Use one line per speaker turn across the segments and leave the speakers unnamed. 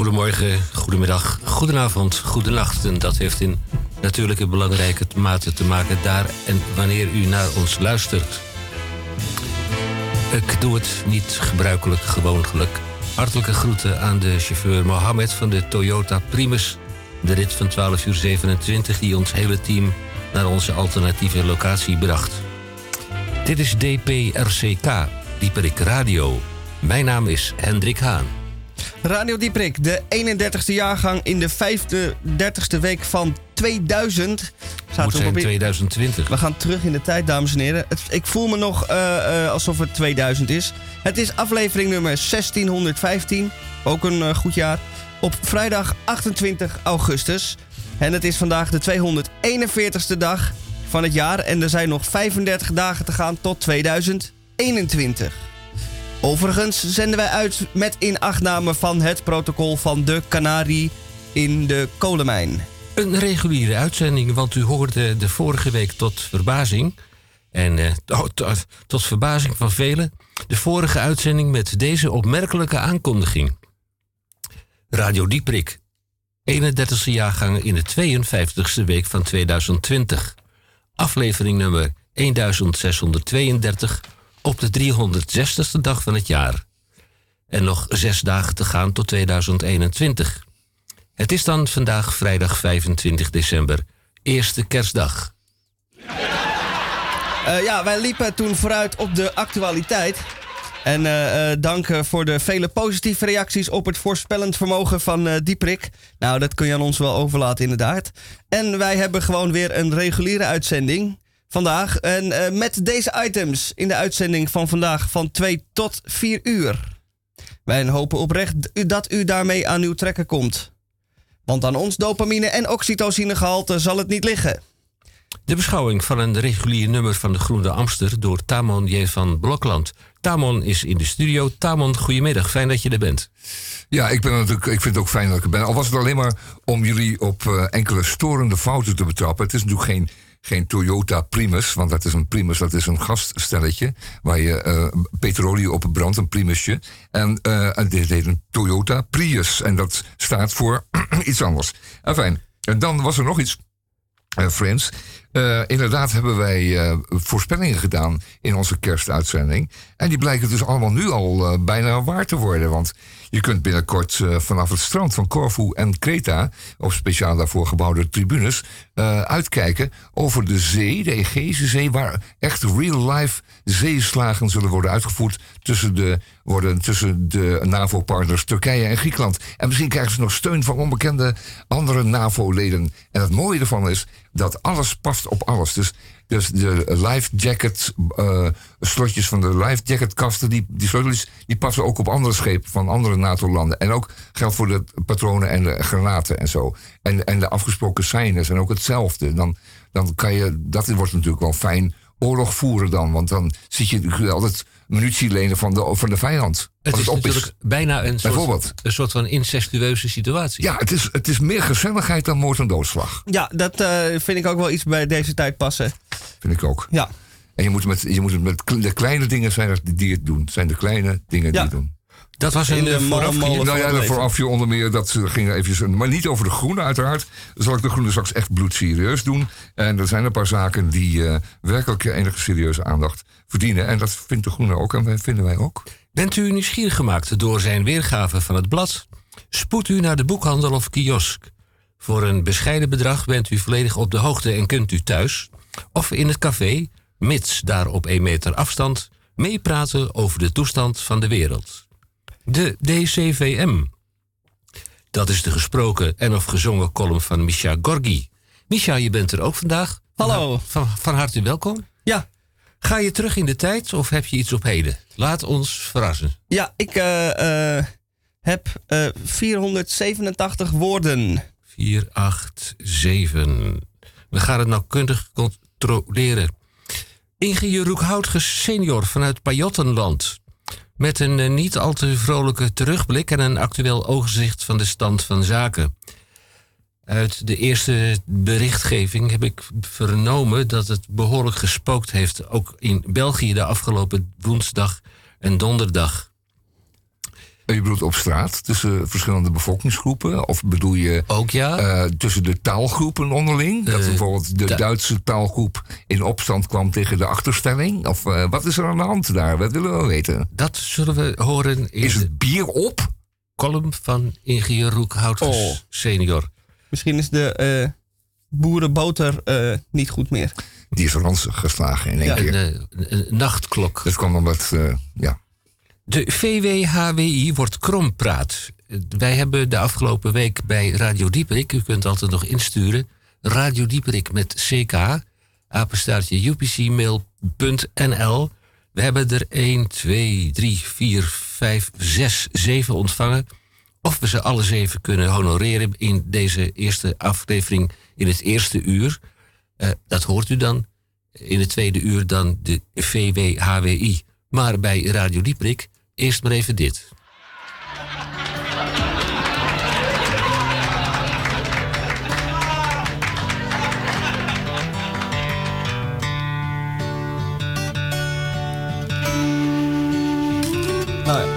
Goedemorgen, goedemiddag, goedenavond, goedenacht. En dat heeft in natuurlijke belangrijke mate te maken daar en wanneer u naar ons luistert. Ik doe het niet gebruikelijk, gewoonlijk. Hartelijke groeten aan de chauffeur Mohammed van de Toyota Primus. De rit van 12:27 die ons hele team naar onze alternatieve locatie bracht. Dit is DPRCK, Dieperik Radio. Mijn naam is Hendrik Haan.
Radio Dieperik, de 31ste jaargang in de 35ste week van 2000.
Moet zijn 2020.
We gaan terug in de tijd, dames en heren. Ik voel me nog alsof het 2000 is. Het is aflevering nummer 1615, ook een goed jaar. Op vrijdag 28 augustus. En het is vandaag de 241ste dag van het jaar. En er zijn nog 35 dagen te gaan tot 2021. Overigens zenden wij uit met inachtname van het protocol van de Canarie in de kolenmijn.
Een reguliere uitzending, want u hoorde de vorige week tot verbazing. En tot verbazing van velen. De vorige uitzending met deze opmerkelijke aankondiging. Radio Dieperik. 31ste jaargang in de 52ste week van 2020. Aflevering nummer 1632 op de 360ste dag van het jaar. En nog 6 dagen te gaan tot 2021. Het is dan vandaag vrijdag 25 december, eerste kerstdag.
Wij liepen toen vooruit op de actualiteit. En dank voor de vele positieve reacties op het voorspellend vermogen van Dieperik. Nou, dat kun je aan ons wel overlaten inderdaad. En wij hebben gewoon weer een reguliere uitzending vandaag. En met deze items in de uitzending van vandaag van 2 tot 4 uur. Wij hopen oprecht dat u daarmee aan uw trekken komt. Want aan ons dopamine- en oxytocinegehalte zal het niet liggen.
De beschouwing van een regulier nummer van de Groene Amster door Tamon J. van Blokland. Tamon is in de studio. Tamon, goedemiddag. Fijn dat je er bent.
Ja, ik vind het ook fijn dat ik er ben. Al was het alleen maar om jullie op enkele storende fouten te betrappen. Het is natuurlijk geen Toyota Primus, want dat is een gaststelletje waar je petrolie op brandt, een Primusje. En dit heet een Toyota Prius en dat staat voor iets anders. Enfin, en dan was er nog iets, friends. Inderdaad hebben wij voorspellingen gedaan in onze kerstuitzending. En die blijken dus allemaal nu al bijna waar te worden. Want je kunt binnenkort vanaf het strand van Corfu en Kreta, op speciaal daarvoor gebouwde tribunes, uitkijken over de zee, de Egeïsche Zee, waar echt real-life zeeslagen zullen worden uitgevoerd tussen de NAVO-partners Turkije en Griekenland. En misschien krijgen ze nog steun van onbekende andere NAVO-leden. En het mooie ervan is dat alles past op alles. Dus de life jacket slotjes van de life jacket kasten, die sleuteltjes, die passen ook op andere schepen van andere NATO-landen. En ook geldt voor de patronen en de granaten en zo. En de afgesproken seinen zijn ook hetzelfde. Dan kan je, dat wordt natuurlijk wel fijn oorlog voeren dan. Want dan zit je altijd munitie lenen van de vijand.
Het is natuurlijk bijna een soort van incestueuze situatie.
Ja, het is meer gezelligheid dan moord en doodslag.
Ja, dat vind ik ook wel iets bij deze tijd passen.
Vind ik ook.
Ja.
En je moet het met de kleine dingen zijn die het doen. Het zijn de kleine dingen die het doen.
Dat was in de voorafje.
Nou ja, voorafje onder meer, dat ging eventjes, maar niet over de groene uiteraard. Dan zal ik de groene straks echt bloedserieus doen. En er zijn een paar zaken die werkelijk enige serieuze aandacht verdienen. En dat vindt de groene ook en vinden wij ook.
Bent u nieuwsgierig gemaakt door zijn weergave van het blad? Spoed u naar de boekhandel of kiosk. Voor een bescheiden bedrag bent u volledig op de hoogte en kunt u thuis of in het café, mits daar op 1 meter afstand, meepraten over de toestand van de wereld. De DCVM. Dat is de gesproken en of gezongen column van Misha Gorgi. Misha, je bent er ook vandaag.
Hallo.
Van harte welkom.
Ja.
Ga je terug in de tijd of heb je iets op heden? Laat ons verrassen.
Ja, ik heb 487 woorden.
487. We gaan het nauwkeurig controleren. Ingenieur Roekhoutges senior vanuit Pajottenland. Met een niet al te vrolijke terugblik en een actueel overzicht van de stand van zaken. Uit de eerste berichtgeving heb ik vernomen dat het behoorlijk gespookt heeft, ook in België de afgelopen woensdag en donderdag.
Je bedoelt op straat, tussen verschillende bevolkingsgroepen? Of bedoel je
ook ja.
Tussen de taalgroepen onderling? Dat bijvoorbeeld de Duitse taalgroep in opstand kwam tegen de achterstelling? Of wat is er aan de hand daar? Wat willen we weten?
Dat zullen we horen in
Is het bier op?
Column van ingenieur Roekhoutges senior.
Misschien is de boerenboter niet goed meer.
Die is ranzig geslagen in één keer.
Een nachtklok.
Dat kwam omdat,
De VWHWI wordt krompraat. Wij hebben de afgelopen week bij Radio Dieperik, u kunt altijd nog insturen, Radio Dieperik met CK, apenstaartje upcmail.nl. We hebben er 1, 2, 3, 4, 5, 6, 7 ontvangen. Of we ze alle 7 kunnen honoreren in deze eerste aflevering in het eerste uur. Dat hoort u dan. In het tweede uur dan de VWHWI. Maar bij Radio Dieperik eerst maar even dit.
Nou ja.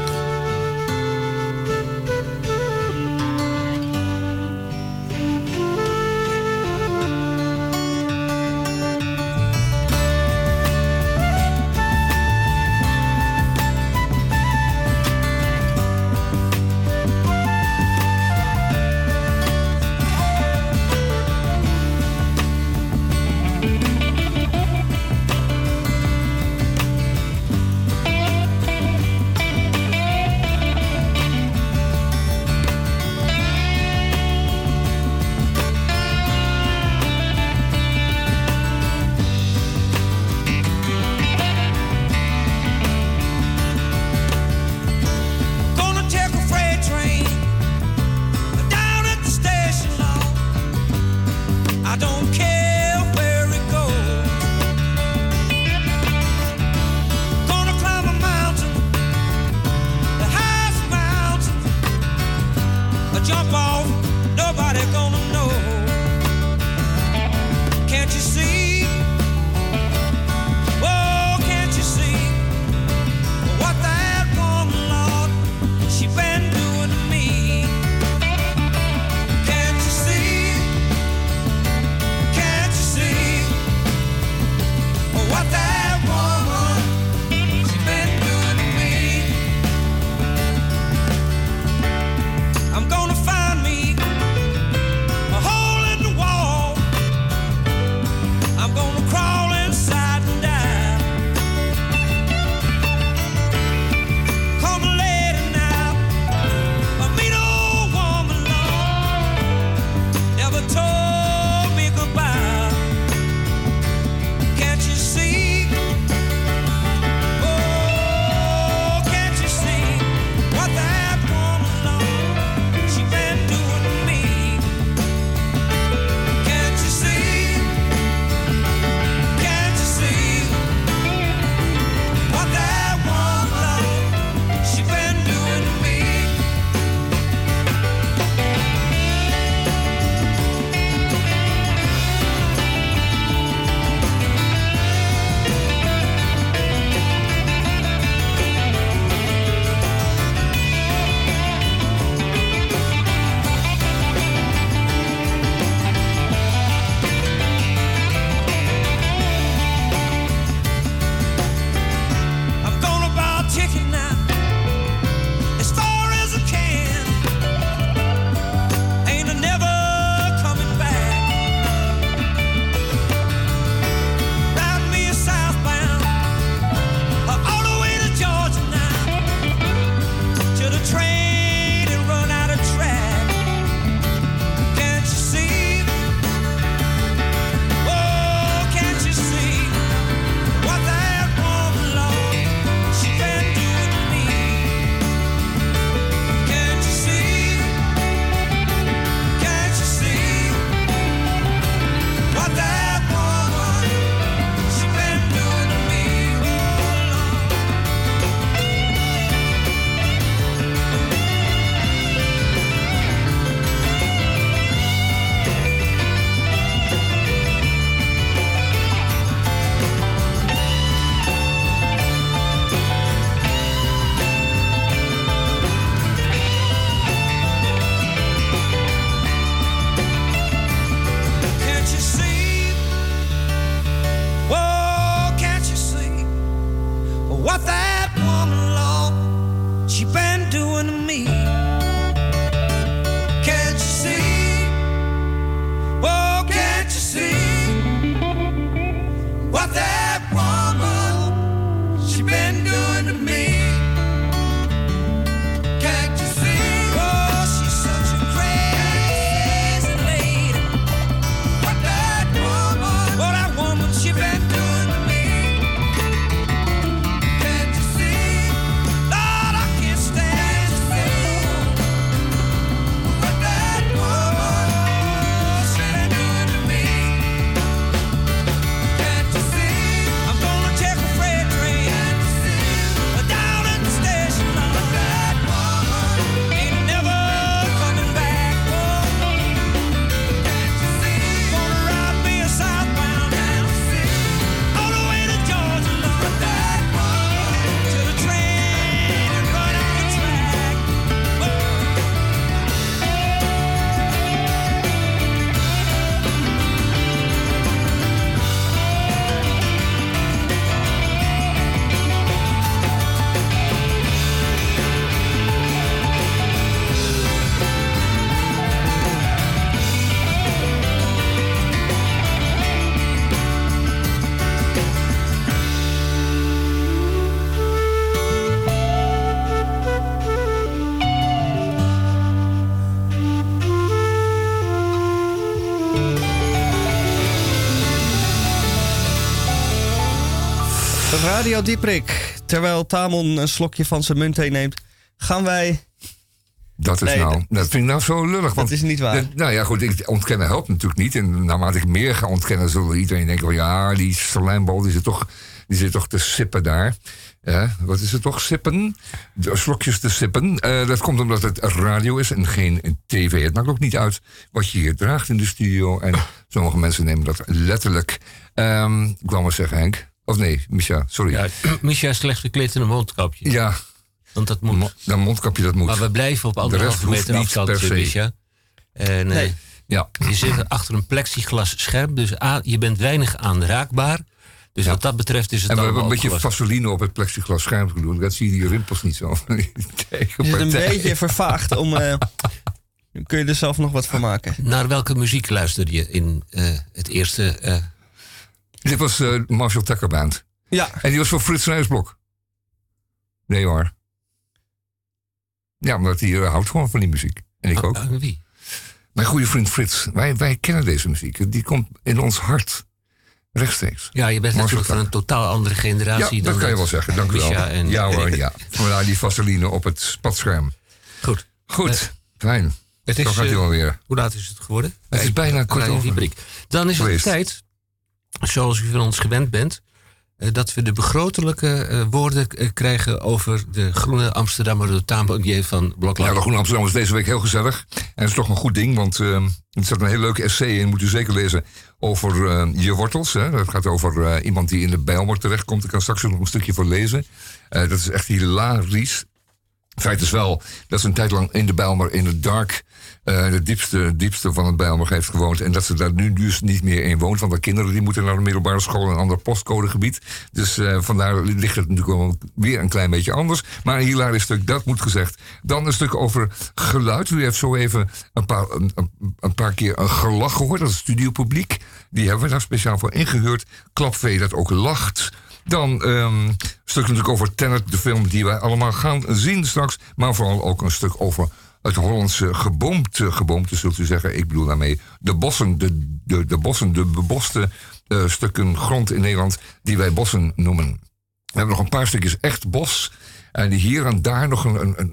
Radio Dieprik. Terwijl Tamon een slokje van zijn munt heen neemt, gaan wij...
Dat vind ik nou zo lullig.
Dat is niet waar.
Nou ja, goed, ontkennen helpt natuurlijk niet. En naarmate ik meer ga ontkennen, zullen iedereen denken... van ja, die slijmbal die zit toch te sippen daar. Wat is het toch, sippen? De slokjes te sippen. Dat komt omdat het radio is en geen tv. Het maakt ook niet uit wat je hier draagt in de studio. En sommige mensen nemen dat letterlijk. Ik wou maar zeggen, Henk. Of nee, Misha, sorry.
Ja, Misha is slecht gekleed in een mondkapje.
Ja.
Want dat moet.
Een mondkapje, dat moet.
Maar we blijven op 1,5 meter afstand, Misha. En
ja.
Je zit achter een plexiglas scherm. Dus je bent weinig aanraakbaar. Dus wat dat betreft is het
en we
allemaal
hebben een beetje vaseline op het plexiglas scherm gedaan. Dat zie je die rimpels niet zo.
Je zit een beetje vervaagd om... kun je er zelf nog wat van maken.
Naar welke muziek luisterde je in het eerste...
Dit was Marshall Tucker Band.
Ja.
En die was voor Frits Rijsblok. Nee hoor. Ja, omdat hij houdt gewoon van die muziek. En ik ook.
Wie?
Mijn goede vriend Frits. Wij kennen deze muziek. Die komt in ons hart rechtstreeks.
Ja, je bent natuurlijk van een totaal andere generatie.
Ja,
dan
dat kan je wel zeggen. Dank u wel. Ja hoor, ja. Vandaar die vaseline op het spatscherm. Goed, fijn.
Het is,
zo gaat hij wel weer.
Hoe laat is het geworden?
Het is bijna kort over.
Dan is het tijd, zoals u van ons gewend bent... dat we de begrotelijke woorden krijgen over de Groene Amsterdammer, de Tamonier van Blokland.
Ja, de Groene Amsterdammer is deze week heel gezellig. En het is toch een goed ding, want er staat een heel leuk essay in, moet u zeker lezen, over je wortels. Hè. Dat gaat over iemand die in de Bijlmer terechtkomt. Ik kan straks nog een stukje voor lezen. Dat is echt hilarisch. Het feit is wel dat ze een tijd lang in de Bijlmer in het dark... de diepste van het Bijlmer heeft gewoond. En dat ze daar nu dus niet meer in woont. Want de kinderen die moeten naar de middelbare school... een ander postcodegebied. Dus vandaar ligt het natuurlijk wel weer een klein beetje anders. Maar een hilarisch stuk, dat moet gezegd. Dan een stuk over geluid. U heeft zo even een paar keer een gelach gehoord. Dat is het studiopubliek. Die hebben we daar speciaal voor ingehuurd. Klapvee dat ook lacht... Dan een stuk natuurlijk over Tenet, de film die wij allemaal gaan zien straks. Maar vooral ook een stuk over het Hollandse geboomte zult u zeggen. Ik bedoel daarmee de bossen, de beboste stukken grond in Nederland die wij bossen noemen. We hebben nog een paar stukjes echt bos. En hier en daar nog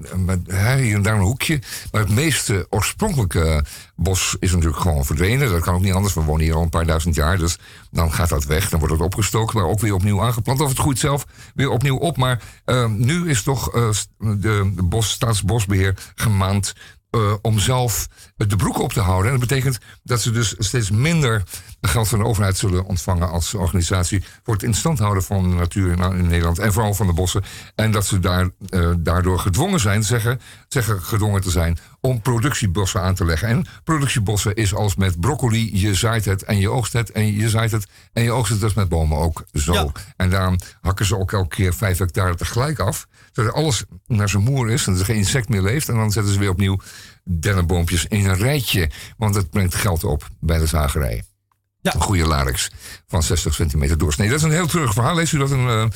hier en daar een hoekje. Maar het meeste oorspronkelijke bos is natuurlijk gewoon verdwenen. Dat kan ook niet anders. We wonen hier al een paar duizend jaar. Dus dan gaat dat weg. Dan wordt het opgestoken. Maar ook weer opnieuw aangeplant. Of het groeit zelf weer opnieuw op. Maar nu is toch de Staatsbosbeheer gemaand... om zelf de broek op te houden. En dat betekent dat ze dus steeds minder geld van de overheid zullen ontvangen als organisatie voor het instand houden van de natuur in Nederland en vooral van de bossen. En dat ze daardoor gedwongen zijn, zeggen gedwongen te zijn om productiebossen aan te leggen. En productiebossen is als met broccoli, je zaait het en je oogst het en je zaait het en je oogst het dus met bomen ook zo. Ja. En daarom hakken ze ook elke keer 5 hectare tegelijk af, zodat alles naar zijn moer is en er geen insect meer leeft. En dan zetten ze weer opnieuw dennenboompjes in een rijtje, want dat brengt geld op bij de zagerij. Ja. Een goede larix van 60 centimeter doorsnee. Dat is een heel treurig verhaal. Leest u dat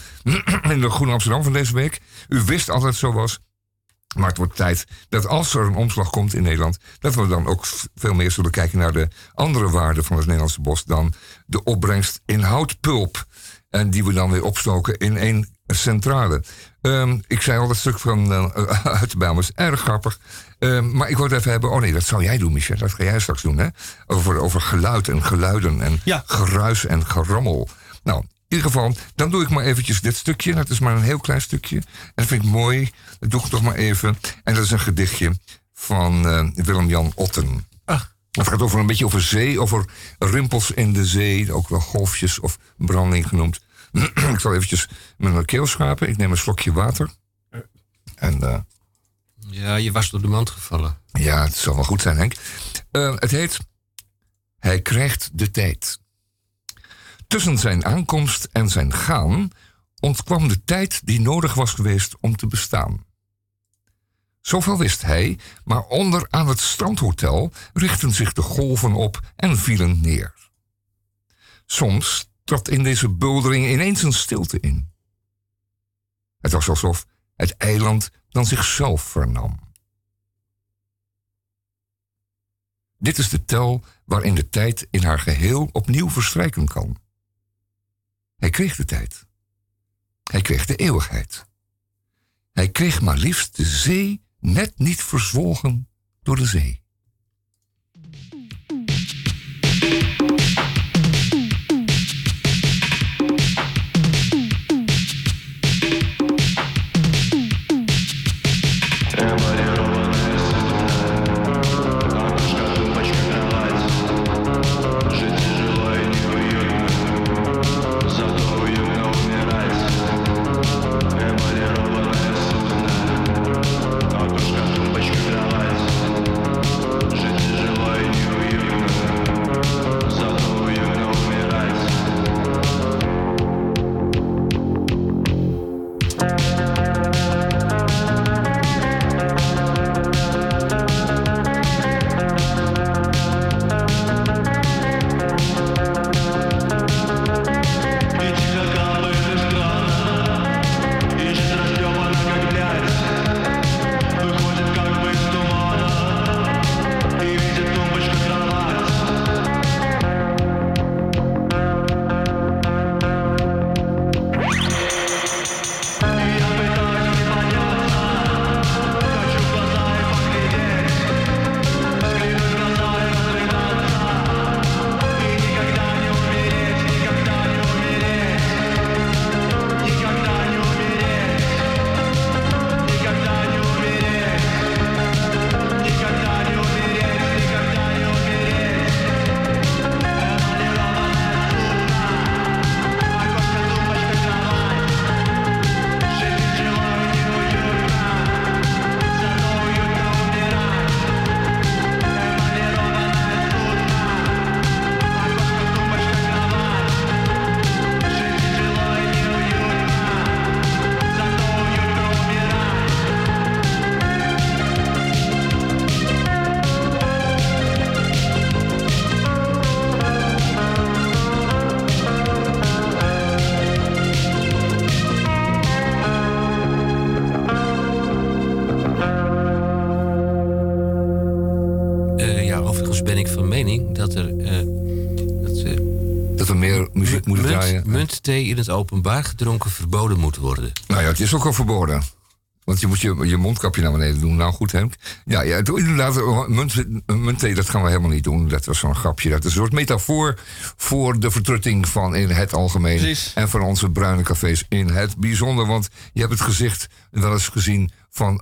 in de Groene Amsterdam van deze week? U wist altijd zo was. Maar het wordt tijd dat als er een omslag komt in Nederland... dat we dan ook veel meer zullen kijken naar de andere waarden van het Nederlandse bos... dan de opbrengst in houtpulp. En die we dan weer opstoken in één centrale. Ik zei al dat stuk van uit de Bijlmer is erg grappig. Maar ik wou het even hebben... Oh nee, dat zou jij doen, Michel. Dat ga jij straks doen, hè? Over geluid en geluiden en geruis en gerammel. Nou, in ieder geval, dan doe ik maar eventjes dit stukje. Dat is maar een heel klein stukje. En dat vind ik mooi. Dat doe ik toch maar even. En dat is een gedichtje van Willem-Jan Otten. Het gaat over een beetje over zee, over rimpels in de zee. Ook wel golfjes of branding genoemd. Ik zal eventjes mijn keel schrapen. Ik neem een slokje water. En...
ja, je was door de mand gevallen.
Ja, het zal wel goed zijn, Henk. Het heet... Hij krijgt de tijd. Tussen zijn aankomst en zijn gaan... ontkwam de tijd die nodig was geweest om te bestaan. Zoveel wist hij, maar onder aan het strandhotel... richtten zich de golven op en vielen neer. Soms trad in deze buldering ineens een stilte in. Het was alsof het eiland dan zichzelf vernam. Dit is de tel waarin de tijd in haar geheel opnieuw verstrijken kan. Hij kreeg de tijd. Hij kreeg de eeuwigheid. Hij kreeg maar liefst de zee net niet verzwolgen door de zee.
Muntthee in het openbaar gedronken verboden moet worden.
Nou ja, het is ook al verboden. Want je moet je mondkapje naar beneden doen. Nou goed, Henk. Ja, inderdaad, muntthee, dat gaan we helemaal niet doen. Dat was zo'n grapje. Dat is een soort metafoor voor de vertrutting van in het algemeen.
Precies.
En van onze bruine cafés in het bijzonder. Want je hebt het gezicht wel eens gezien van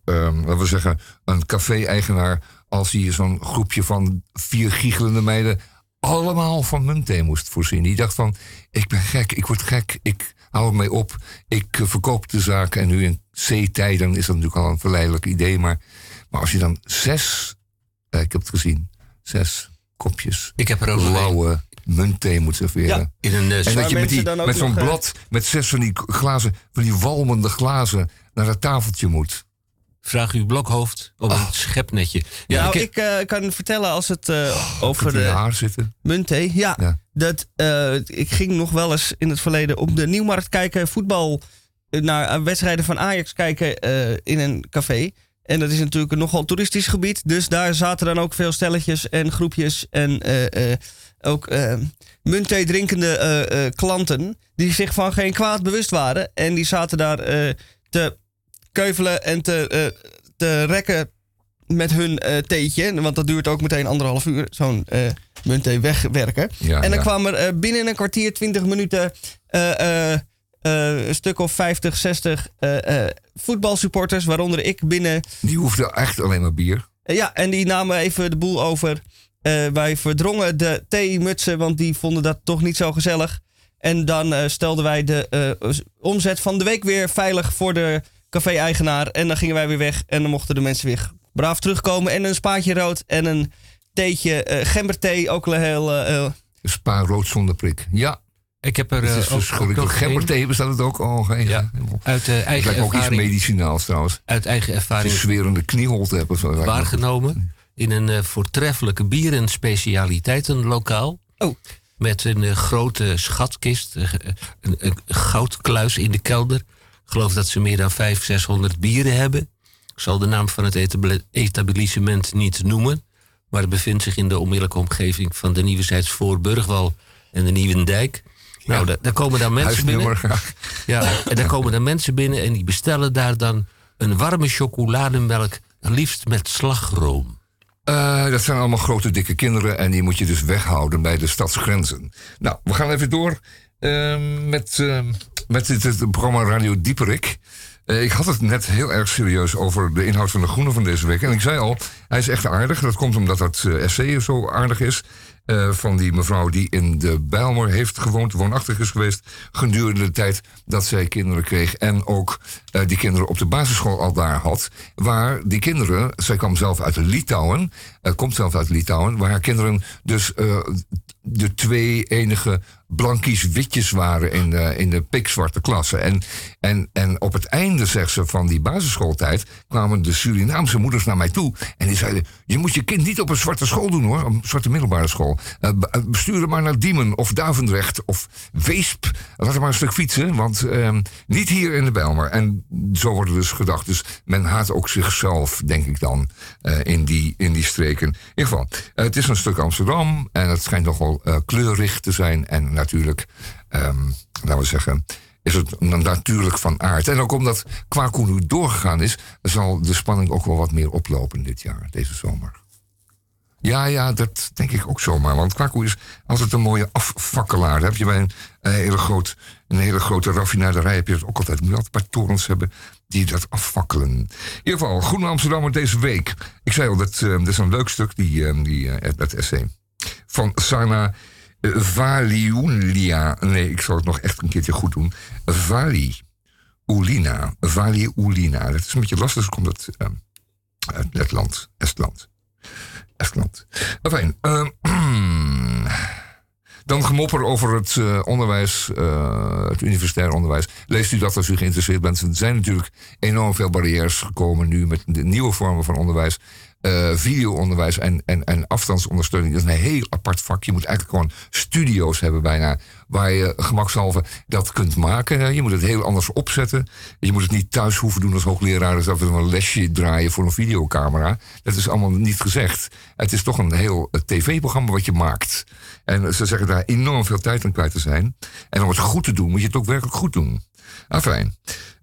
een café-eigenaar. Als hij zo'n groepje van 4 giechelende meiden allemaal van muntthee moest voorzien. Die dacht van, ik ben gek, ik word gek, ik hou ermee op, ik verkoop de zaak. En nu in C-tijden is dat natuurlijk al een verleidelijk idee. Maar als je dan 6, ik heb het gezien, 6 kopjes blauwe muntthee moet serveren.
Ja.
En dat je met zo'n blad, met 6 van die glazen, van die walmende glazen, naar het tafeltje moet.
Vraag uw blokhoofd op een schepnetje.
Ja, nou, ik kan vertellen als het over de
haar zitten.
muntthee. Ja. Dat, ik ging nog wel eens in het verleden op de Nieuwmarkt kijken, voetbal, naar wedstrijden van Ajax kijken in een café. En dat is natuurlijk een nogal toeristisch gebied. Dus daar zaten dan ook veel stelletjes en groepjes en ook muntthee drinkende klanten die zich van geen kwaad bewust waren. En die zaten daar te keuvelen en te rekken met hun theetje. Want dat duurt ook meteen 1,5 uur, zo'n muntthee wegwerken. Ja, en dan kwam er binnen een kwartier, 20 minuten een stuk of 50, 60 voetbalsupporters, waaronder ik binnen.
Die hoefden echt alleen maar bier.
Ja, en die namen even de boel over. Wij verdrongen de theemutsen, want die vonden dat toch niet zo gezellig. En dan stelden wij de omzet van de week weer veilig voor de café-eigenaar. En dan gingen wij weer weg. En dan mochten de mensen weer braaf terugkomen. En een spaatje rood en een theetje, gemberthee, ook een heel
Spa rood zonder prik. Ja.
Ik heb er
het is verschrikkelijk. Gemberthee bestaat het ook al.
Ja. Uit eigen ervaring.
Ook iets medicinaals trouwens.
Uit eigen ervaring.
Een zwerende knieholte hebben.
Waargenomen. In een voortreffelijke bier- en specialiteitenlokaal.
Oh.
Met een grote schatkist. Een goudkluis in de kelder. Ik geloof dat ze meer dan 500-600 bieren hebben. Ik zal de naam van het etablissement niet noemen. Maar het bevindt zich in de onmiddellijke omgeving van de Nieuwezijds Voorburgwal en de Nieuwendijk. Nou, daar komen dan mensen binnen.
Huisnummer.
Ja, en daar komen dan mensen binnen en die bestellen daar dan een warme chocolademelk, liefst met slagroom.
Dat zijn allemaal grote, dikke kinderen en die moet je dus weghouden bij de stadsgrenzen. Nou, we gaan even door met het programma Radio Dieperik. Ik had het net heel erg serieus over de inhoud van de Groene van deze week. En ik zei al, hij is echt aardig. Dat komt omdat dat essay zo aardig is. Van die mevrouw die in de Bijlmer heeft gewoond, woonachtig is geweest gedurende de tijd dat zij kinderen kreeg. En ook die kinderen op de basisschool al daar had. Waar die kinderen, zij kwam zelf uit Litouwen, komt zelf uit Litouwen, waar haar kinderen dus de twee enige blankies witjes waren in de pikzwarte klasse. En op het einde, zegt ze, van die basisschooltijd kwamen de Surinaamse moeders naar mij toe. En die zeiden, je moet je kind niet op een zwarte school doen hoor, een zwarte middelbare school. Bestuur hem maar naar Diemen of Duivendrecht of Weesp. Laat hem maar een stuk fietsen, want niet hier in de Bijlmer. En zo wordt er dus gedacht. Dus men haat ook zichzelf, denk ik dan, in die streken. In ieder geval, het is een stuk Amsterdam en het schijnt nogal kleurrijk te zijn. En natuurlijk, laten we zeggen, is het natuurlijk van aard. En ook omdat Kwaku nu doorgegaan is, zal de spanning ook wel wat meer oplopen dit jaar, deze zomer. Ja, dat denk ik ook zomaar. Want Kwaku is altijd een mooie affakkelaar. Daar heb je bij een hele grote raffinaderij heb je het ook altijd. Moet je altijd een paar torens hebben die dat afvakkelen. In ieder geval, Groene Amsterdammer deze week. Ik zei al, dat is een leuk stuk, dat essay. Van Sana Valiulia. Nee, ik zal het nog echt een keertje goed doen. Valiulia. Dat is een beetje lastig, dus komt het uit Letland, Estland. Enfin, dan gemopper over het onderwijs, het universitair onderwijs. Leest u dat als u geïnteresseerd bent. Er zijn natuurlijk enorm veel barrières gekomen nu met de nieuwe vormen van onderwijs. Video-onderwijs en afstandsondersteuning. Dat is een heel apart vak. Je moet eigenlijk gewoon studio's hebben bijna, waar je gemakshalve dat kunt maken. Je moet het heel anders opzetten. Je moet het niet thuis hoeven doen als hoogleraar. Dus dat we een lesje draaien voor een videocamera. Dat is allemaal niet gezegd. Het is toch een heel tv-programma wat je maakt. En ze zeggen daar enorm veel tijd aan kwijt te zijn. En om het goed te doen, moet je het ook werkelijk goed doen. Fijn.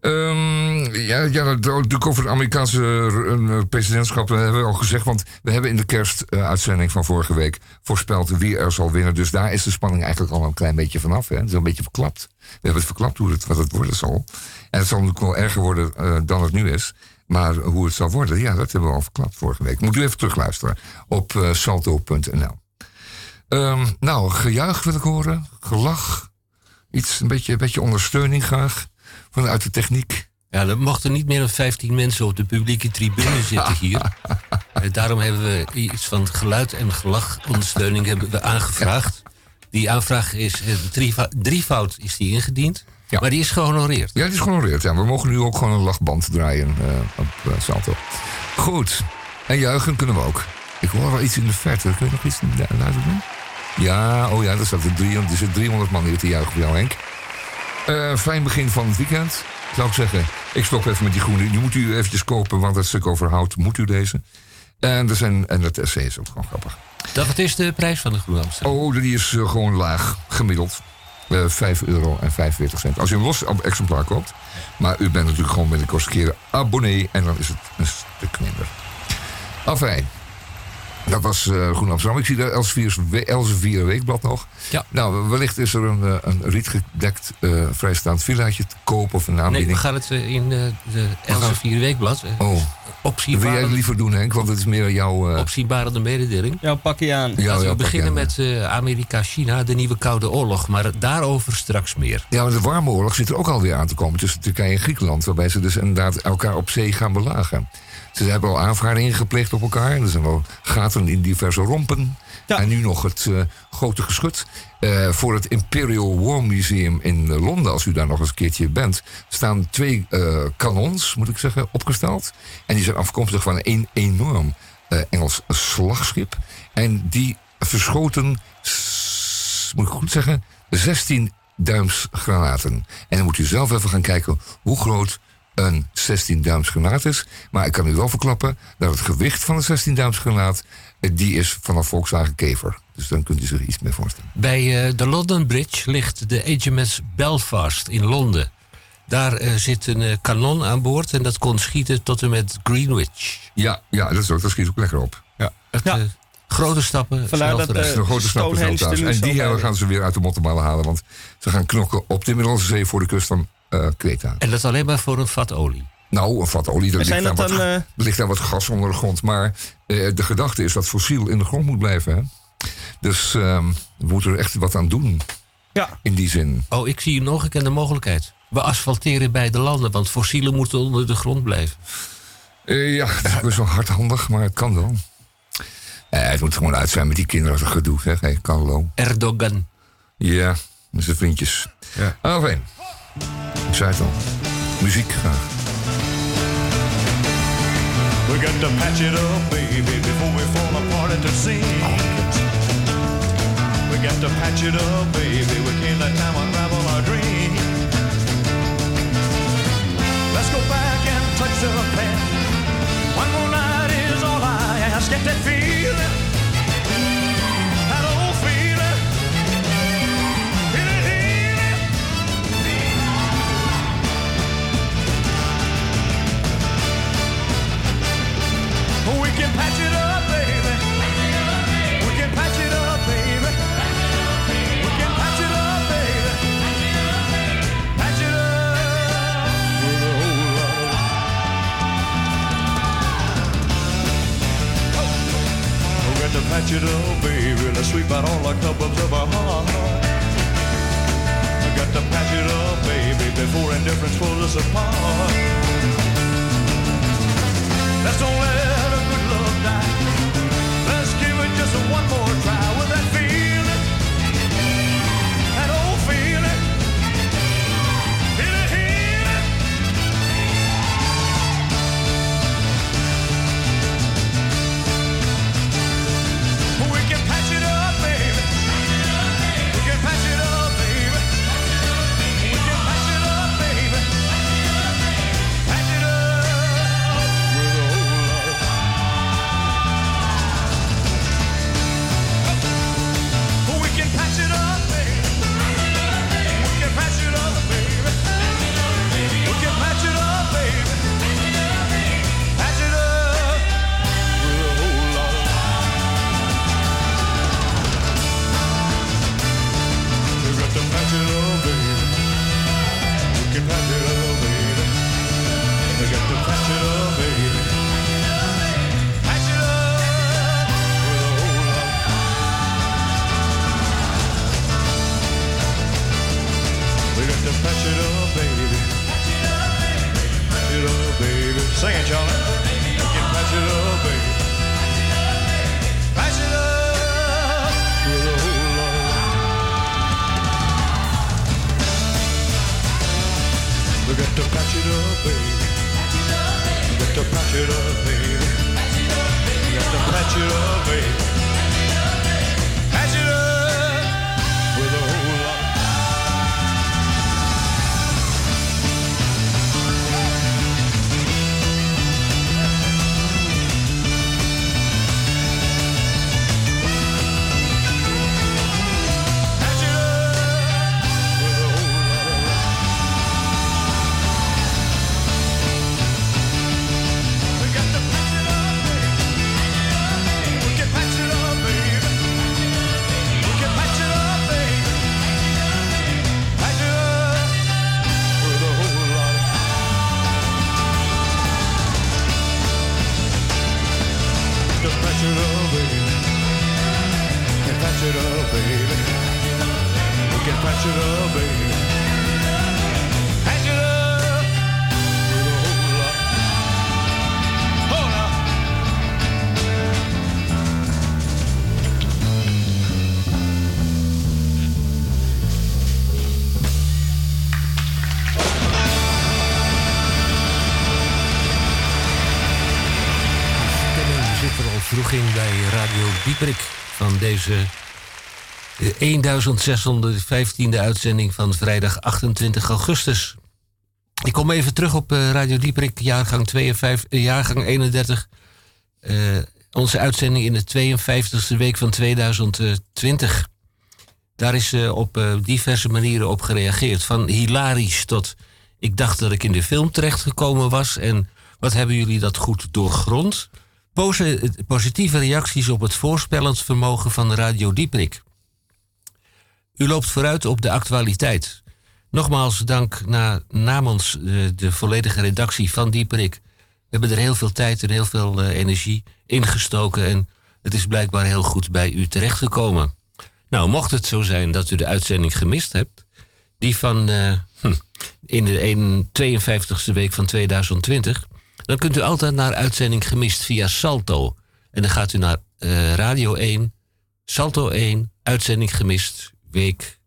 Natuurlijk over het Amerikaanse presidentschap hebben we al gezegd. Want we hebben in de kerstuitzending van vorige week voorspeld wie er zal winnen. Dus daar is de spanning eigenlijk al een klein beetje vanaf. Hè? Het is een beetje verklapt. We hebben het verklapt wat het worden zal. En het zal natuurlijk wel erger worden dan het nu is. Maar hoe het zal worden, ja, dat hebben we al verklapt vorige week. Moet u even terugluisteren op salto.nl. Gejuich wil ik horen. Gelach. Een beetje ondersteuning graag. Vanuit de techniek.
Ja, er mochten niet meer dan 15 mensen op de publieke tribune zitten hier. Daarom hebben we iets van geluid- en gelachondersteuning hebben we aangevraagd. Die aanvraag is, drievoud is die ingediend. Ja. Maar die is gehonoreerd.
Ja, die is gehonoreerd. Ja. We mogen nu ook gewoon een lachband draaien op Salto. Goed. En juichen kunnen we ook. Ik hoor wel iets in de verte. Kun je nog iets laten doen? Ja, er zit 300 man hier te juichen voor jou, Henk. Fijn begin van het weekend, zou ik zeggen. Ik stop even met die groene. Die moet u eventjes kopen, want het stuk over hout moet u lezen. En het essay is ook gewoon grappig.
Wat is de prijs van de Groene Amsterdam?
Die is gewoon laag, gemiddeld. €5,45. Als u een los exemplaar koopt. Maar u bent natuurlijk gewoon met de kosten keren abonnee. En dan is het een stuk minder. Afijn. Dat was Groene Amsterdam. Ik zie daar Elsevier Weekblad nog. Ja. Nou, wellicht is er een rietgedekt vrijstaand villaatje te kopen of een aanbieding.
Nee, we gaan het in de Elsevier Weekblad.
Dat wil jij het liever doen, Henk, want het is meer jouw...
Opzienbarende mededeling.
Jouw pakje aan.
Laten we beginnen met Amerika-China, de nieuwe Koude Oorlog. Maar daarover straks meer.
Ja, maar de warme oorlog zit er ook alweer aan te komen tussen Turkije en Griekenland. Waarbij ze dus inderdaad elkaar op zee gaan belagen. Ze hebben al aanvaringen gepleegd op elkaar. Er zijn wel gaten in diverse rompen. Ja. En nu nog het grote geschut. Voor het Imperial War Museum in Londen, als u daar nog eens een keertje bent, staan 2 kanons, moet ik zeggen, opgesteld. En die zijn afkomstig van een enorm Engels slagschip. En die verschoten, moet ik goed zeggen, 16 duims granaten. En dan moet u zelf even gaan kijken hoe groot een 16-duims granaat is. Maar ik kan u wel verklappen dat het gewicht van een 16-duims granaat... die is van een Volkswagen Kever. Dus dan kunt u zich iets meer voorstellen.
Bij de London Bridge ligt de HMS Belfast in Londen. Daar zit een kanon aan boord en dat kon schieten tot en met Greenwich.
Ja, dat schiet ook lekker op. Ja.
Grote stappen.
Vandaar dat
de grote stappen zelfs. En die gaan ze weer uit de mottenballen halen. Want ze gaan knokken op de Middellandse Zee voor de kust van Kreta.
En dat alleen maar voor een vat olie.
Nou, een vat olie, er ligt daar wat gas onder de grond. Maar de gedachte is dat fossiel in de grond moet blijven. Hè? Dus we moeten er echt wat aan doen.
Ja.
In die zin.
Oh, ik zie nog een keer de mogelijkheid. We asfalteren beide landen, want fossielen moeten onder de grond blijven.
Ja, dat is best wel hardhandig, maar het kan wel. Het moet gewoon uit zijn met die kinderen gedoe, zeg. Hey, Carlo.
Erdogan.
Ja, met zijn vriendjes. Ja. Enfin, ik zei het al. Muziek graag.
We got to patch it up, baby, before we fall apart at the seams. We got to patch it up, baby, we can't let time unravel our dreams. Let's go back and touch the past. One more night is all I ask. Get that feeling, that old feeling, feel it healing. We can patch it up, baby. We can patch it up, baby. We can patch it up, baby. Patch it up with a whole lot of... We got to patch it up, baby. Let's sweep out all the cobwebs of our heart. We got to patch it up, baby, before indifference pulls us apart. Let's don't let a good love die. Let's give it just one more try with that feeling, that old feeling, feel it healing. We can patch it up, baby. We can patch it up, baby. We can patch it up, baby. Patch it up with a whole lot of... We can patch it up, baby. We can patch it up, baby. We can patch it up, baby. Patch it up with a whole lot of... We got to patch it up, baby. We can patch it up, baby. We got to patch it up, baby. Patch it up with a whole lot of... We got to patch it up, baby. Patch it up, baby. Sing it, Charlie. We can patch it up, baby. Patch it up with a whole lot of... We got to patch it up, baby. We got to patch it up, baby. We got to patch it up, baby. Patch it up with a whole lot. Patch it up with a whole lot of love. We got to patch it up, baby. We can patch it up, baby. We can patch it up, baby. Patch it up with a whole lot of... To patch it up, baby. Can patch it up, baby. We can patch it up, baby. Patch it up with a whole lot. Hold up.
We zitten er al vroeg in bij Radio Dieprik van deze 1615e uitzending van vrijdag 28 augustus. Ik kom even terug op Radio Dieprik, jaargang 31. Onze uitzending in de 52e week van 2020. Daar is op diverse manieren op gereageerd. Van hilarisch tot ik dacht dat ik in de film terechtgekomen was. En wat hebben jullie dat goed doorgrond? Positieve reacties op het voorspellend vermogen van Radio Dieprik. U loopt vooruit op de actualiteit. Nogmaals dank namens de volledige redactie van Dieprik. We hebben er heel veel tijd en heel veel energie ingestoken. En het is blijkbaar heel goed bij u terechtgekomen. Nou, mocht het zo zijn dat u de uitzending gemist hebt, die van in de 52e week van 2020, dan kunt u altijd naar uitzending gemist via Salto. En dan gaat u naar Radio 1, Salto 1, uitzending gemist, week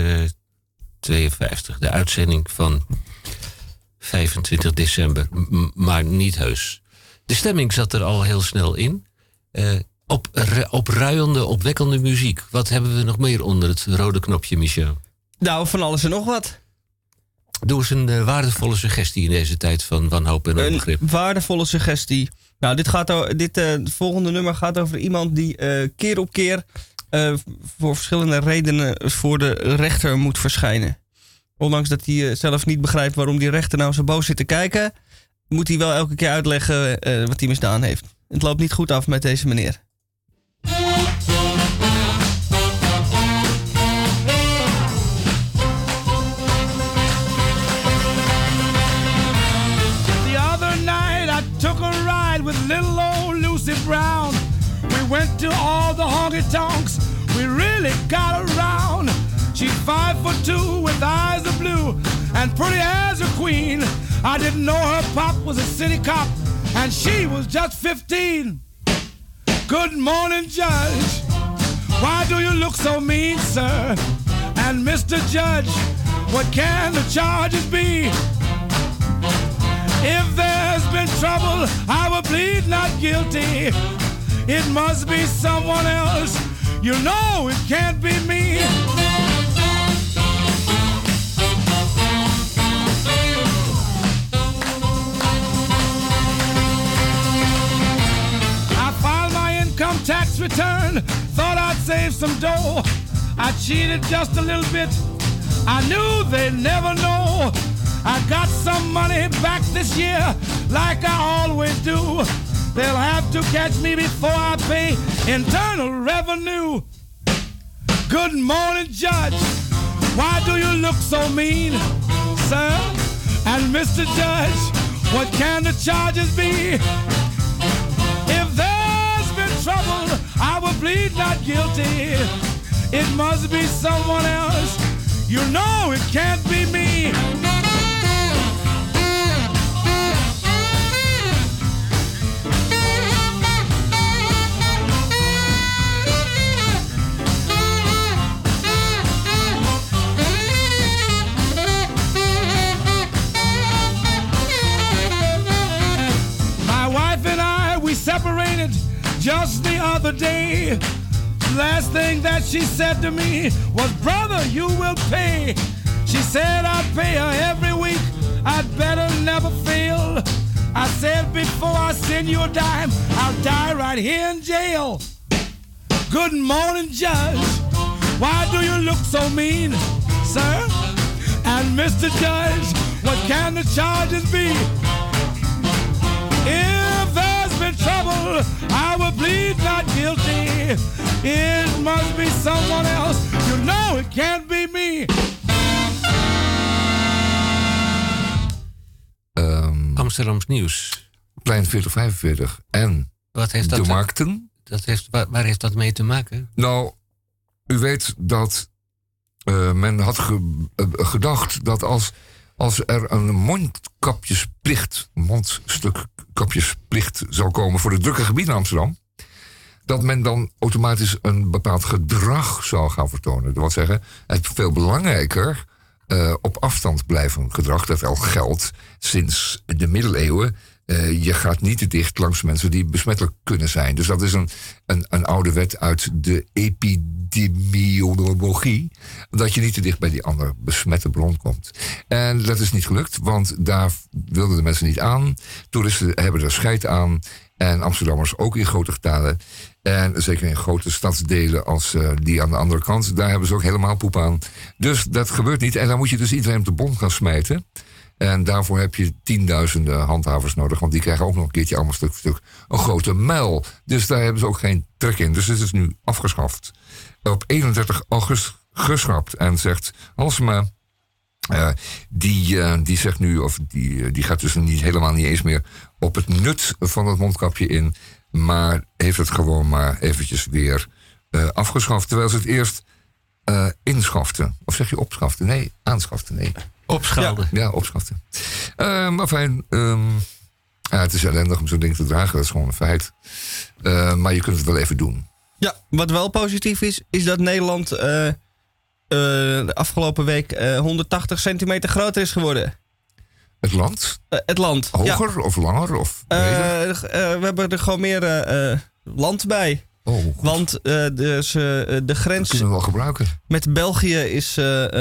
52. De uitzending van 25 december, maar niet heus. De stemming zat er al heel snel in. Opruiende, opwekkende muziek. Wat hebben we nog meer onder het rode knopje, Michel?
Nou, van alles en nog wat.
Doe eens een waardevolle suggestie in deze tijd van wanhoop en onbegrip.
Een waardevolle suggestie. Nou, dit volgende nummer gaat over iemand die keer op keer voor verschillende redenen voor de rechter moet verschijnen. Ondanks dat hij zelf niet begrijpt waarom die rechter nou zo boos zit te kijken, moet hij wel elke keer uitleggen wat hij misdaan heeft. Het loopt niet goed af met deze meneer.
Took a ride with little old Lucy Brown. We went to all the honky-tonks. We really got around. She's 5'2" with eyes of blue and pretty as a queen. I didn't know her pop was a city cop and she was just 15. Good morning, Judge. Why do you look so mean, sir? And Mr. Judge, what can the charges be? If there's been trouble, I will plead not guilty. It must be someone else. You know it can't be me. I filed my income tax return, thought I'd save some dough. I cheated just a little bit. I knew they'd never know. I got some money back this year, like I always do. They'll have to catch me before I pay Internal Revenue. Good morning, Judge. Why do you look so mean, sir? And Mr. Judge, what can the charges be? If there's been trouble, I will plead not guilty. It must be someone else. You know it can't be me. Separated just the other day. Last thing that she said to me was, brother, you will pay. She said I'd pay her every week. I'd better never fail. I said before I send you a dime, I'll die right here in jail. Good morning, Judge. Why do you look so mean, sir? And Mr. Judge, what can the charges be? If there's been trouble, I will plead not guilty. It must be someone else. You know it can't be me.
Amsterdams nieuws.
Plein 4045 en
Wat heeft dat
de markten.
Waar heeft dat mee te maken?
Nou, u weet dat men had gedacht dat als er een mondstukkapjesplicht zou komen voor de drukke gebieden in Amsterdam, dat men dan automatisch een bepaald gedrag zou gaan vertonen. Dat wil zeggen, het veel belangrijker op afstand blijven gedrag, dat wel geldt sinds de middeleeuwen je gaat niet te dicht langs mensen die besmettelijk kunnen zijn. Dus dat is een oude wet uit de epidemiologie. Dat je niet te dicht bij die andere besmette bron komt. En dat is niet gelukt, want daar wilden de mensen niet aan. Toeristen hebben er scheid aan. En Amsterdammers ook in grote getalen. En zeker in grote stadsdelen als die aan de andere kant. Daar hebben ze ook helemaal poep aan. Dus dat gebeurt niet. En dan moet je dus iedereen op de bom gaan smijten. En daarvoor heb je 10.000 handhavers nodig. Want die krijgen ook nog een keertje allemaal stuk voor stuk een grote muil. Dus daar hebben ze ook geen trek in. Dus het is nu afgeschaft. Op 31 augustus geschrapt. En zegt Halsema... die zegt nu, of die gaat dus helemaal niet eens meer op het nut van het mondkapje in. Maar heeft het gewoon maar eventjes weer afgeschaft. Terwijl ze het eerst inschaften. Of zeg je opschaften? Nee, aanschaften. Nee.
Opschaalden.
Ja, opschaften. Maar fijn. Het is ellendig om zo'n ding te dragen. Dat is gewoon een feit. Maar je kunt het wel even doen.
Ja, wat wel positief is dat Nederland de afgelopen week 180 centimeter groter is geworden.
Het land?
Het land.
Hoger of langer? Of
we hebben er gewoon meer land bij.
Oh,
want de grens
kunnen we wel gebruiken.
Met België is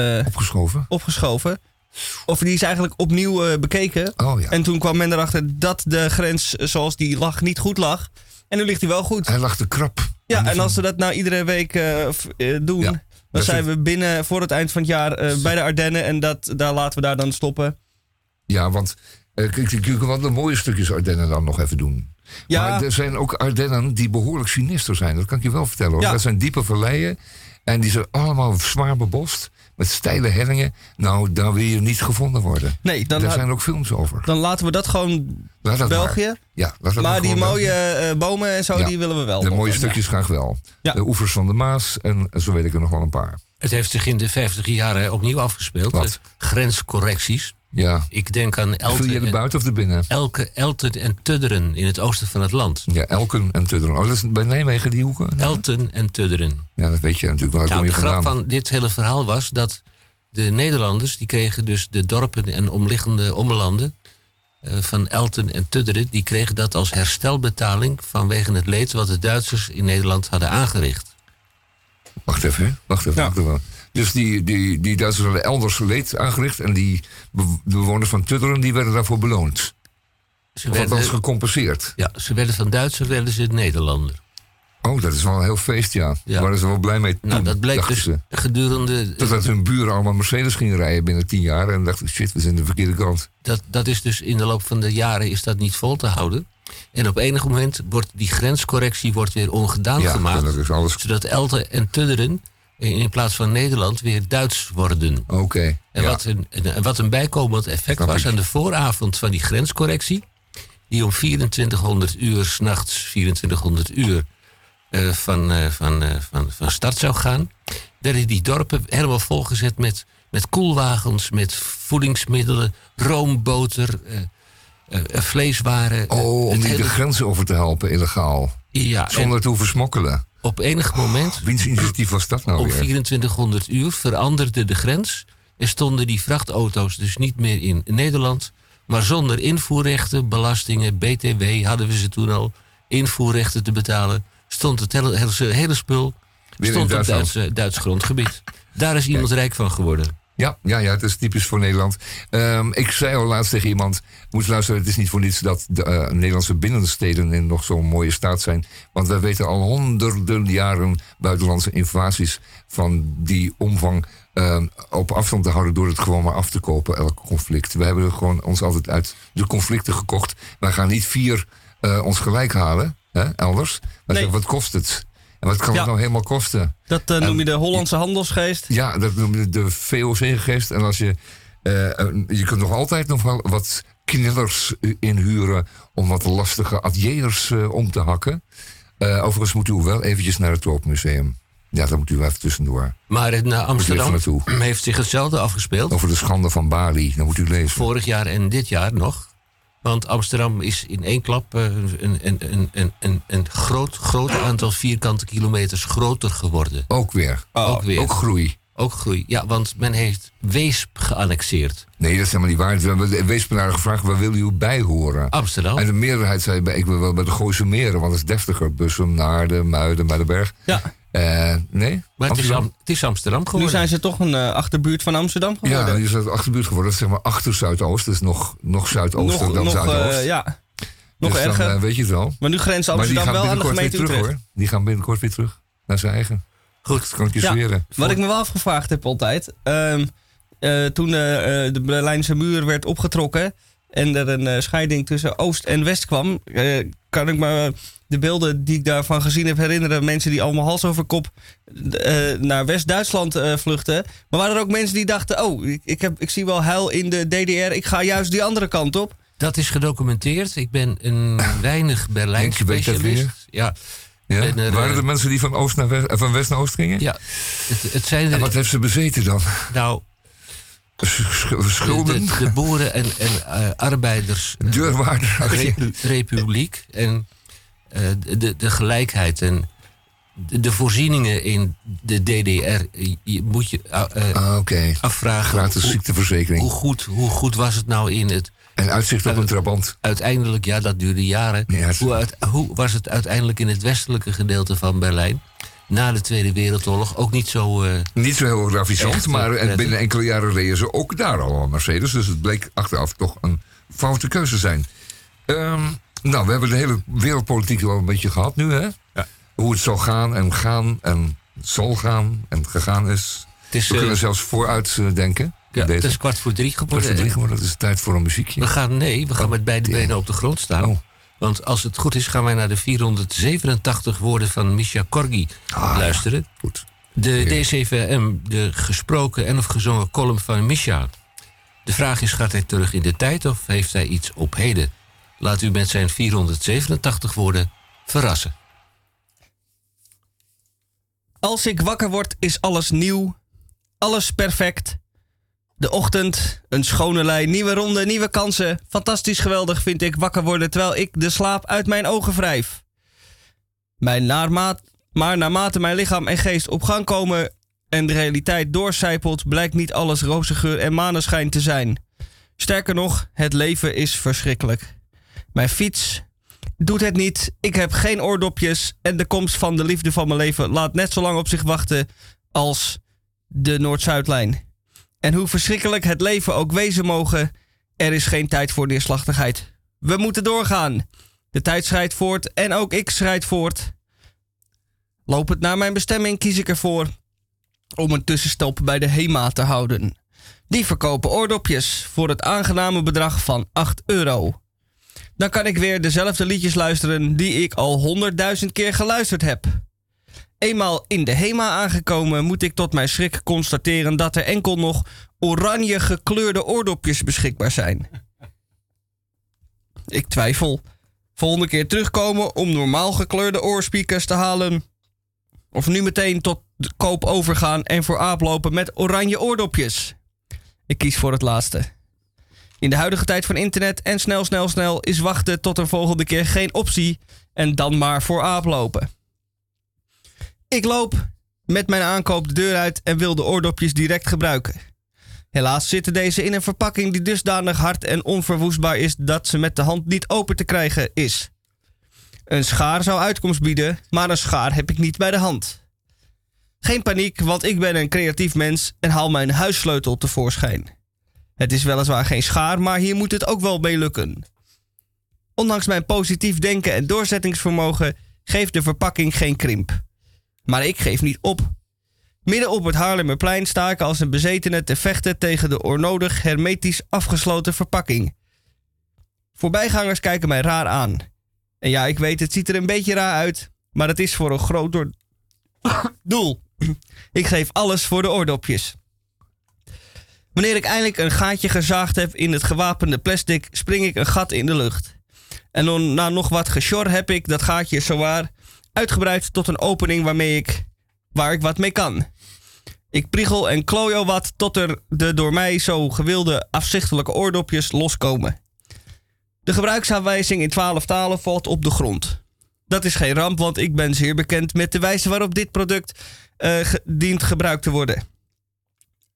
opgeschoven. Of die is eigenlijk opnieuw bekeken.
Oh, ja.
En toen kwam men erachter dat de grens zoals die lag niet goed lag. En nu ligt hij wel goed.
Hij lag te krap.
Ja, en als we dat nou iedere week doen... Ja, dan zijn we binnen voor het eind van het jaar bij de Ardennen. En daar laten we daar dan stoppen.
Ja, want je kunt wel de mooie stukjes Ardennen dan nog even doen. Ja. Maar er zijn ook Ardennen die behoorlijk sinister zijn. Dat kan ik je wel vertellen hoor. Ja. Dat zijn diepe valleien. En die zijn allemaal zwaar bebost. Met steile hellingen. Nou, daar wil je niet gevonden worden.
Nee,
daar zijn ook films over.
Dan laten we dat gewoon België.
Maar. Ja,
maar die mooie bomen en zo, die willen we wel.
De mooie stukjes graag wel. Ja. De oevers van de Maas en zo weet ik er nog wel een paar.
Het heeft zich in de 50 jaren opnieuw afgespeeld.
Wat?
Grenscorrecties.
Ja.
Ik denk aan Elten.
Vul je de buiten of de binnen?
Elten en Tudderen in het oosten van het land.
Ja, Elken en Tudderen. Oh, dat is bij Nijmegen die hoeken?
Elten en Tudderen.
Ja, dat weet je natuurlijk wel. Nou,
de grap van dit hele verhaal was dat de Nederlanders, die kregen dus de dorpen en omliggende ommelanden van Elten en Tudderen, die kregen dat als herstelbetaling vanwege het leed wat de Duitsers in Nederland hadden aangericht.
Wacht even. Ja. Dus die Duitsers hadden elders leed aangericht en de bewoners van Tudderen die werden daarvoor beloond. Of althans gecompenseerd.
Ja, ze werden van Duitser werden ze Nederlander.
Oh, dat is wel een heel feest, ja. Daar waren ze wel blij mee toen,
dat bleek dus gedurende...
Totdat hun buren allemaal Mercedes gingen rijden binnen 10 jaar en dachten, shit, we zijn de verkeerde kant.
Dat is dus in de loop van de jaren is dat niet vol te houden. En op enig moment wordt die grenscorrectie weer ongedaan gemaakt. Zodat Elten en Tudderen in plaats van Nederland weer Duits worden.
Oké.
En wat een bijkomend effect was aan de vooravond van die grenscorrectie, die om 2400 uur 's nachts, 2400 uur van start zou gaan, werden die dorpen helemaal volgezet met koelwagens, met voedingsmiddelen, room, boter, vleeswaren.
Om de grenzen over te helpen, illegaal.
Ja,
zonder te hoeven smokkelen.
Op enig moment,
wiens initiatief was dat nou
om
weer?
2400 uur veranderde de grens en stonden die vrachtauto's dus niet meer in Nederland, maar zonder invoerrechten, belastingen, BTW hadden we ze toen al, invoerrechten te betalen, stond het hele spul stond op Duits grondgebied. Daar is iemand rijk van geworden.
Ja, het is typisch voor Nederland. Ik zei al laatst tegen iemand, moet luisteren, het is niet voor niets dat de Nederlandse binnensteden in nog zo'n mooie staat zijn. Want wij weten al honderden jaren buitenlandse invasies van die omvang op afstand te houden door het gewoon maar af te kopen, elk conflict. We hebben gewoon ons altijd uit de conflicten gekocht. Wij gaan niet 4 ons gelijk halen, elders. Maar zeggen, wat kost het? En wat kan het nou helemaal kosten?
Dat noem je de Hollandse handelsgeest?
Ja, dat noem je de VOC-geest. En als je kunt nog altijd nog wel wat knillers inhuren om wat lastige ateliers om te hakken. Overigens moet u wel eventjes naar het Tropenmuseum. Ja, daar moet u wel even tussendoor.
Maar in Amsterdam heeft zich hetzelfde afgespeeld.
Over de schande van Bali, dat moet u lezen.
Vorig jaar en dit jaar nog. Want Amsterdam is in één klap een groot aantal vierkante kilometers groter geworden.
Ook weer. Ook groei.
Ook groei. Ja, want men heeft Weesp geannexeerd.
Nee, dat is helemaal niet waar. We hebben de Weespenaren gevraagd, waar wil u bij horen?
Amsterdam.
En de meerderheid zei, ik wil wel bij de Gooise Meren, want dat is deftiger. Bussum, Naarden, Muiden, Muidenberg.
Ja.
Nee?
Maar het is Amsterdam geworden.
Nu zijn ze toch een achterbuurt van Amsterdam geworden.
Ja, je is de achterbuurt geworden. Dat is zeg maar achter Zuidoost. Dat is nog Zuidooster dan Zuidoost.
Nog
dus
erger.
Dan weet je het wel.
Maar nu grenst Amsterdam wel aan de gemeente Utrecht.
Hoor. Die gaan binnenkort weer terug naar zijn eigen. Goed, kan ik je zweren.
Wat ik me wel afgevraagd heb altijd. Toen de Berlijnse muur werd opgetrokken en er een scheiding tussen Oost en West kwam, kan ik me de beelden die ik daarvan gezien heb herinneren. Mensen die allemaal hals over kop naar West-Duitsland vluchten. Maar waren er ook mensen die dachten, ik zie wel heil in de DDR, ik ga juist die andere kant op.
Dat is gedocumenteerd. Ik ben een weinig Berlijn specialist. Ja.
Ja? Waren er mensen die van West naar Oost gingen?
Ja. Het zijn
en wat heeft ze bezeten dan?
Nou,
schulden?
De boeren en arbeiders.
Deurwaarder.
Republiek. En de gelijkheid. En de voorzieningen in de DDR. Je moet je afvragen.
Gratis ziekteverzekering.
Hoe goed was het nou in het.
En uitzicht op een trabant.
Uiteindelijk, ja, dat duurde jaren.
Ja,
hoe was het uiteindelijk in het westelijke gedeelte van Berlijn? Na de Tweede Wereldoorlog ook niet zo.
Niet zo heel ravissant, maar binnen enkele jaren reden ze ook daar al een Mercedes. Dus het bleek achteraf toch een foute keuze zijn. Nou, we hebben de hele wereldpolitiek wel een beetje gehad nu, hè? Ja. Hoe het zal gaan en zal gaan en gegaan is. We kunnen zelfs vooruit denken.
Ja, het is 2:15 geworden.
Dat is tijd voor een muziekje.
We gaan met beide benen op de grond staan. Oh. Want als het goed is, gaan wij naar de 487 woorden van Misha Korgi luisteren.
Goed.
De DCVM, de gesproken en of gezongen column van Misha. De vraag is, gaat hij terug in de tijd of heeft hij iets op heden? Laat u met zijn 487 woorden verrassen.
Als ik wakker word, is alles nieuw. Alles perfect. De ochtend, een schone lei, nieuwe ronde, nieuwe kansen. Fantastisch geweldig vind ik wakker worden terwijl ik de slaap uit mijn ogen wrijf. Maar naarmate mijn lichaam en geest op gang komen en de realiteit doorcijpelt, blijkt niet alles roze geur en maneschijn te zijn. Sterker nog, het leven is verschrikkelijk. Mijn fiets doet het niet, ik heb geen oordopjes en de komst van de liefde van mijn leven laat net zo lang op zich wachten als de Noord-Zuidlijn. En hoe verschrikkelijk het leven ook wezen mogen, er is geen tijd voor neerslachtigheid. We moeten doorgaan. De tijd schrijdt voort en ook ik schrijd voort. Lopend naar mijn bestemming kies ik ervoor om een tussenstop bij de HEMA te houden. Die verkopen oordopjes voor het aangename bedrag van €8. Dan kan ik weer dezelfde liedjes luisteren die ik al 100.000 keer geluisterd heb. Eenmaal in de HEMA aangekomen moet ik tot mijn schrik constateren dat er enkel nog oranje gekleurde oordopjes beschikbaar zijn. Ik twijfel. Volgende keer terugkomen om normaal gekleurde oorspeakers te halen. Of nu meteen tot de koop overgaan en voor aap lopen met oranje oordopjes. Ik kies voor het laatste. In de huidige tijd van internet en snel is wachten tot een volgende keer geen optie en dan maar voor aap lopen. Ik loop met mijn aankoop de deur uit en wil de oordopjes direct gebruiken. Helaas zitten deze in een verpakking die dusdanig hard en onverwoestbaar is dat ze met de hand niet open te krijgen is. Een schaar zou uitkomst bieden, maar een schaar heb ik niet bij de hand. Geen paniek, want ik ben een creatief mens en haal mijn huissleutel tevoorschijn. Het is weliswaar geen schaar, maar hier moet het ook wel mee lukken. Ondanks mijn positief denken en doorzettingsvermogen geeft de verpakking geen krimp. Maar ik geef niet op. Midden op het Haarlemmerplein sta ik als een bezetene te vechten tegen de onnodig hermetisch afgesloten verpakking. Voorbijgangers kijken mij raar aan. En ja, ik weet, het ziet er een beetje raar uit, maar het is voor een groot doel. Ik geef alles voor de oordopjes. Wanneer ik eindelijk een gaatje gezaagd heb in het gewapende plastic, spring ik een gat in de lucht. En na nog wat gesjor heb ik dat gaatje zowaar uitgebreid tot een opening waar ik wat mee kan. Ik priegel en klooi wat tot er de door mij zo gewilde afzichtelijke oordopjes loskomen. De gebruiksaanwijzing in 12 talen valt op de grond. Dat is geen ramp, want ik ben zeer bekend met de wijze waarop dit product dient gebruikt te worden.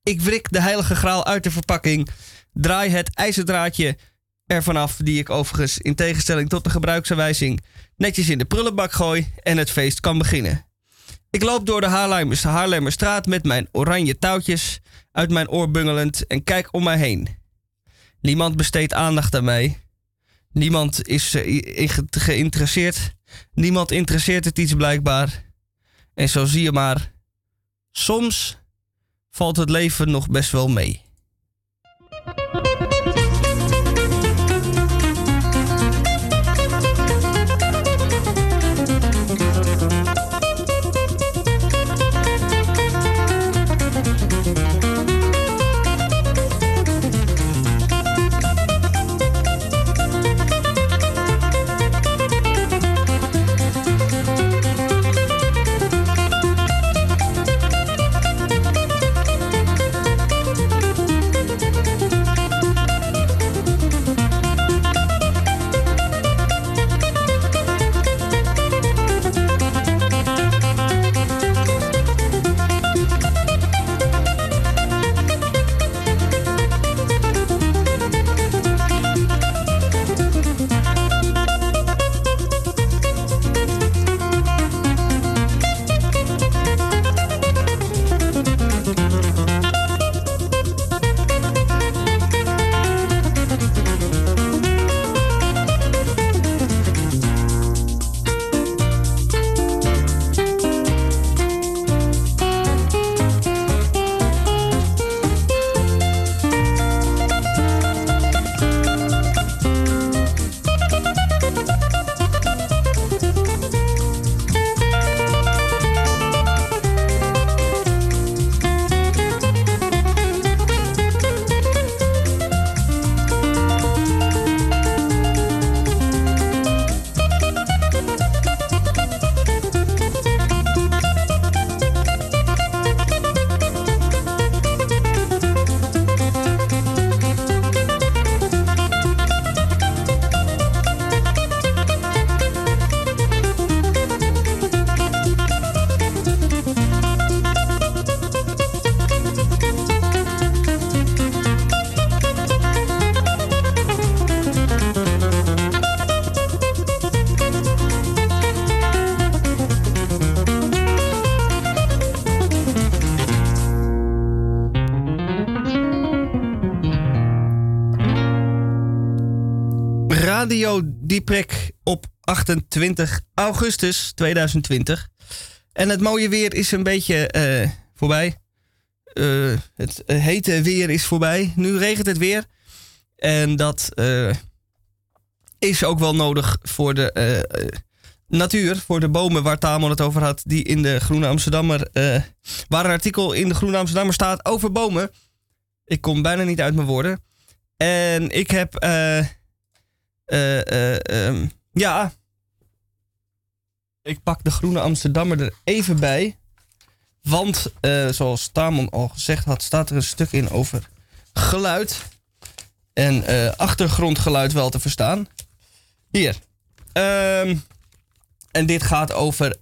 Ik wrik de heilige graal uit de verpakking. Draai het ijzerdraadje ervan af, die ik overigens in tegenstelling tot de gebruiksaanwijzing netjes in de prullenbak gooi en het feest kan beginnen. Ik loop door de Haarlemmerstraat met mijn oranje touwtjes uit mijn oor bungelend en kijk om mij heen. Niemand besteedt aandacht aan mij. Niemand is geïnteresseerd. Niemand interesseert het iets blijkbaar. En zo zie je maar, soms valt het leven nog best wel mee. Radio Dieprek op 28 augustus 2020. En het mooie weer is een beetje voorbij. Het hete weer is voorbij. Nu regent het weer. En dat is ook wel nodig voor de natuur. Voor de bomen waar Tamon het over had. Die in de Groene Amsterdammer... waar een artikel in de Groene Amsterdammer staat over bomen. Ik kom bijna niet uit mijn woorden. En ik heb... ja. Ik pak de Groene Amsterdammer er even bij. Want, zoals Tamon al gezegd had, staat er een stuk in over geluid. En achtergrondgeluid wel te verstaan. Hier. En dit gaat over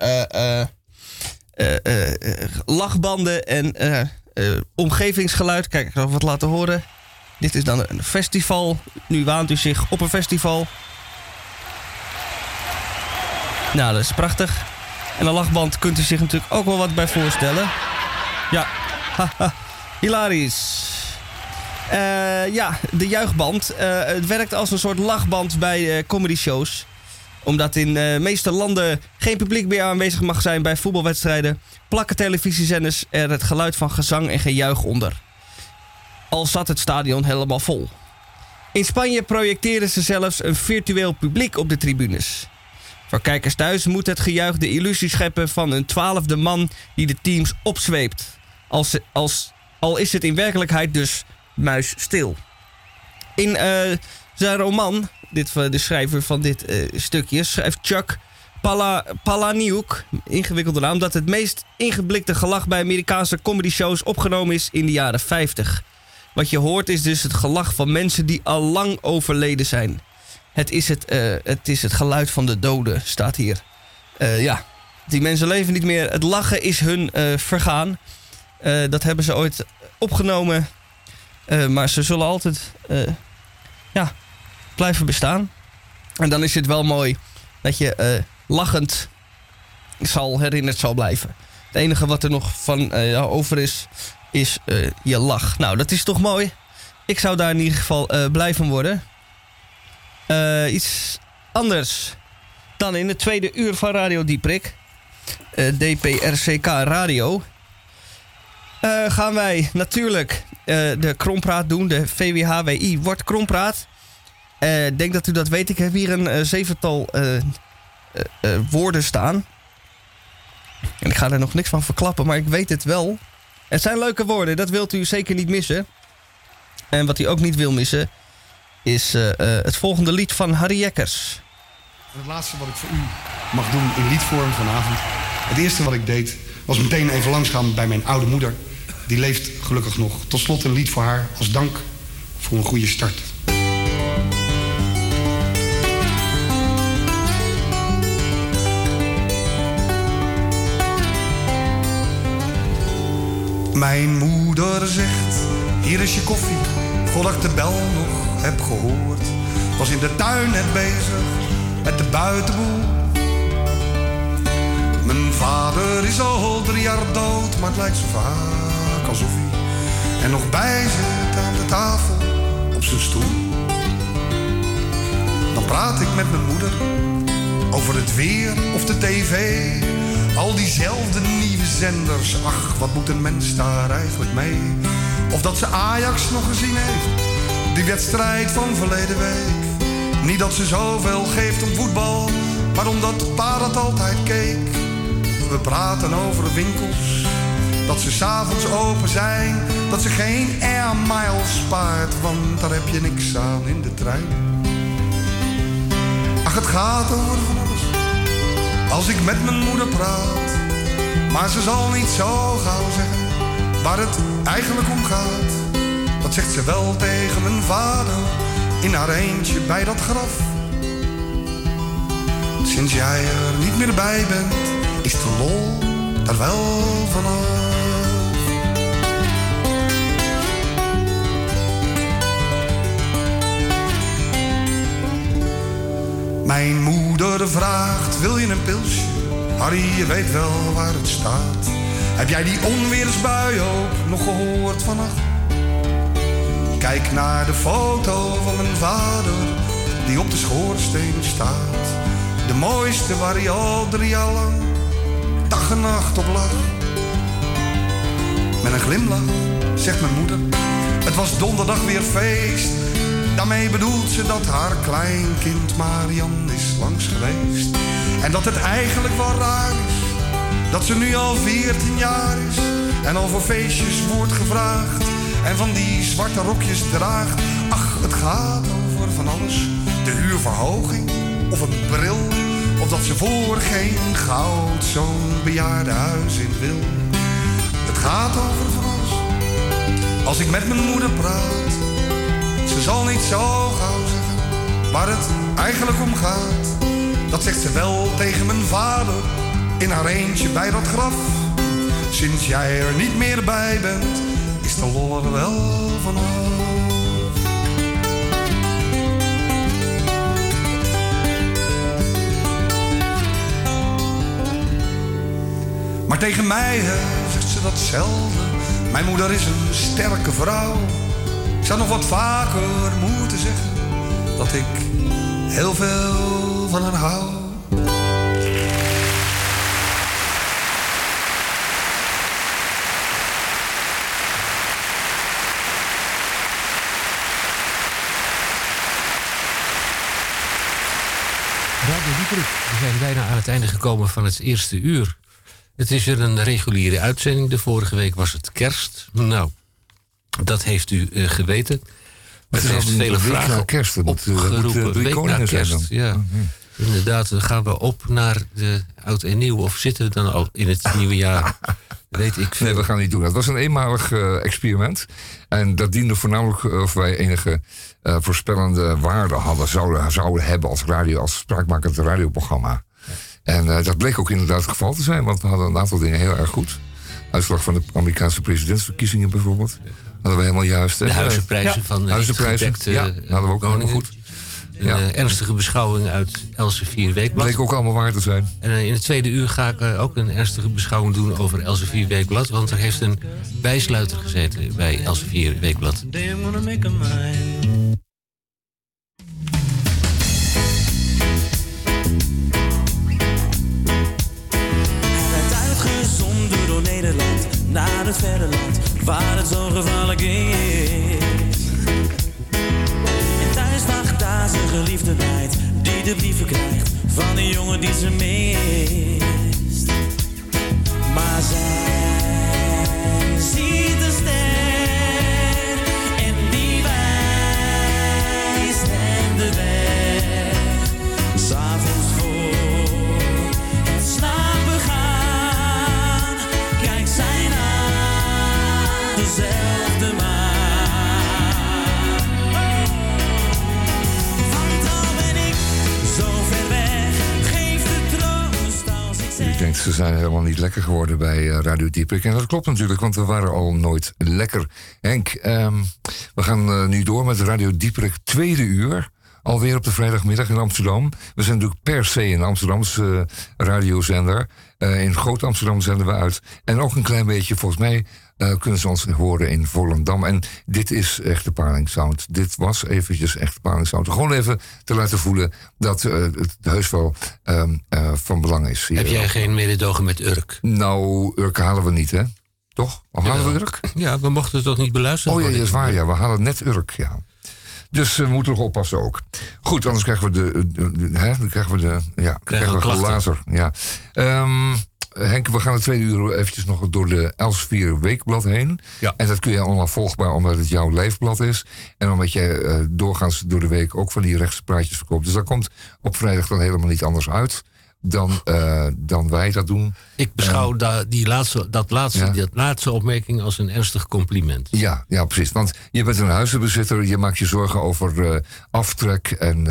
lachbanden en omgevingsgeluid. Kijk, ik zal wat laten horen. Dit is dan een festival. Nu waant u zich op een festival. Nou, dat is prachtig. En een lachband kunt u zich natuurlijk ook wel wat bij voorstellen. Ja, haha, hilarisch. Ja, de juichband. Het werkt als een soort lachband bij comedy shows. Omdat in de meeste landen geen publiek meer aanwezig mag zijn bij voetbalwedstrijden, plakken televisiezenders er het geluid van gezang en gejuich onder. Al zat het stadion helemaal vol. In Spanje projecteren ze zelfs een virtueel publiek op de tribunes. Voor kijkers thuis moet het gejuich de illusie scheppen van een 12e man die de teams opzweept. Al is het in werkelijkheid dus muisstil. In zijn roman, de schrijver van dit stukje, schrijft Chuck Palahniuk, ingewikkelde naam, dat het meest ingeblikte gelach bij Amerikaanse comedyshows opgenomen is in de jaren 50. Wat je hoort is dus het gelach van mensen die al lang overleden zijn. Het is het geluid van de doden, staat hier. Ja, die mensen leven niet meer. Het lachen is hun vergaan. Dat hebben ze ooit opgenomen. Maar ze zullen altijd blijven bestaan. En dan is het wel mooi dat je lachend herinnerd zal blijven. Het enige wat er nog van over is je lach. Nou, dat is toch mooi? Ik zou daar in ieder geval blij van worden. Iets anders dan in het tweede uur van Radio Dieprik. DPRCK Radio. Gaan wij natuurlijk de Krompraat doen. De VWHWI wordt Krompraat. Ik denk dat u dat weet. Ik heb hier een zevental woorden staan. En ik ga er nog niks van verklappen, maar ik weet het wel. Het zijn leuke woorden, dat wilt u zeker niet missen. En wat u ook niet wil missen is het volgende lied van Harry Jekkers.
Het laatste wat ik voor u mag doen in liedvorm vanavond. Het eerste wat ik deed was meteen even langsgaan bij mijn oude moeder. Die leeft gelukkig nog. Tot slot een lied voor haar als dank voor een goede start. Mijn moeder zegt, hier is je koffie, voordat ik de bel nog heb gehoord. Was in de tuin net bezig met de buitenboel. Mijn vader is al 3 jaar dood, maar het lijkt zo vaak alsof hij er nog bij zit aan de tafel op zijn stoel. Dan praat ik met mijn moeder over het weer of de tv. Al diezelfde nieuwe zenders, ach, wat moet een mens daar eigenlijk mee? Of dat ze Ajax nog gezien heeft, die wedstrijd van verleden week. Niet dat ze zoveel geeft om voetbal, maar omdat pa dat altijd keek. We praten over winkels, dat ze 's avonds open zijn. Dat ze geen air miles spaart, want daar heb je niks aan in de trein. Ach, het gaat over van alles als ik met mijn moeder praat. Maar ze zal niet zo gauw zeggen waar het eigenlijk om gaat. Dat zegt ze wel tegen mijn vader in haar eentje bij dat graf. Sinds jij er niet meer bij bent, is de lol daar wel vanaf. Mijn moeder vraagt, wil je een pilsje? Harry, je weet wel waar het staat. Heb jij die onweersbui ook nog gehoord vannacht? Kijk naar de foto van mijn vader, die op de schoorsteen staat. De mooiste waar hij al 3 jaar lang dag en nacht op lag. Met een glimlach zegt mijn moeder, het was donderdag weer feest. Daarmee bedoelt ze dat haar kleinkind Marian is langs geweest. En dat het eigenlijk wel raar is dat ze nu al 14 jaar is en al voor feestjes wordt gevraagd en van die zwarte rokjes draagt. Ach, het gaat over van alles. De huurverhoging of een bril, of dat ze voor geen goud zo'n bejaardenhuis in wil. Het gaat over van alles. Als ik met mijn moeder praat, ze zal niet zo gauw zeggen waar het eigenlijk om gaat. Dat zegt ze wel tegen mijn vader in haar eentje bij dat graf. Sinds jij er niet meer bij bent, is de lol er wel vanaf. Maar tegen mij zegt ze datzelfde. Mijn moeder is een sterke vrouw. Ik zou nog wat vaker moeten zeggen dat ik heel veel van haar hou.
Radio Dieprik, we zijn bijna aan het einde gekomen van het eerste uur. Het is weer een reguliere uitzending. De vorige week was het kerst. Nou, dat heeft u geweten.
Het is vele vragen kerst,
opgeroepen. Week na kerst, ja. Inderdaad, dan gaan we op naar de oud en nieuw. Of zitten we dan al in het nieuwe jaar? Weet ik veel.
Nee, we gaan niet doen. Het was een eenmalig experiment. En dat diende voornamelijk of wij enige voorspellende waarde zouden hebben als spraakmakend radioprogramma. En dat bleek ook inderdaad het geval te zijn, want we hadden een aantal dingen heel erg goed. uitslag van de Amerikaanse presidentsverkiezingen bijvoorbeeld. Hadden we helemaal juist.
De huizenprijzen van de
huizenprijzen, hadden we ook helemaal goed.
Een ernstige beschouwing uit Elsevier Weekblad.
Bleek ook allemaal waar te zijn.
En in het tweede uur ga ik ook een ernstige beschouwing doen over Elsevier Weekblad. Want er heeft een bijsluiter gezeten bij Elsevier Weekblad.
Door Nederland naar het verre land waar het zo gevaarlijk is. En thuis wacht daar zijn geliefde meid die de brieven krijgt van een jongen die ze mist. Maar zij ziet een ster en die wijst hem de weg. 'S avonds voor het slapen gaan kijkt zij naar dezelfde maan. Want al ben ik zo ver weg, geef de troost als ik zeg.
Ik denk, ze zijn helemaal niet lekker geworden bij Radio Dieprik. En dat klopt natuurlijk, want we waren al nooit lekker. Henk, we gaan nu door met Radio Dieprik tweede uur. Alweer op de vrijdagmiddag in Amsterdam. We zijn natuurlijk per se een Amsterdamse radiozender. In Groot Amsterdam zenden we uit. En ook een klein beetje, volgens mij, kunnen ze ons horen in Volendam. En dit is echt de Palingsound. Dit was eventjes echt de Palingsound. Gewoon even te laten voelen dat het heus wel van belang is.
Heb jij geen mededogen met Urk?
Nou, Urk halen we niet, hè? Toch? Of halen we Urk?
Ja, we mochten het toch niet beluisteren?
Oh ja, dat is waar, ja. We halen net Urk, ja. Dus we moeten nog oppassen ook. Goed, anders krijgen we krijgen we later. Ja. Henk, we gaan de tweede uur eventjes nog door de Elsevier Weekblad heen. Ja. En dat kun je allemaal volgbaar omdat het jouw leefblad is. En omdat je doorgaans door de week ook van die rechtse praatjes verkoopt. Dus dat komt op vrijdag dan helemaal niet anders uit dan wij dat doen.
Ik beschouw die laatste opmerking als een ernstig compliment.
Ja, precies. Want je bent een huizenbezitter, je maakt je zorgen over aftrek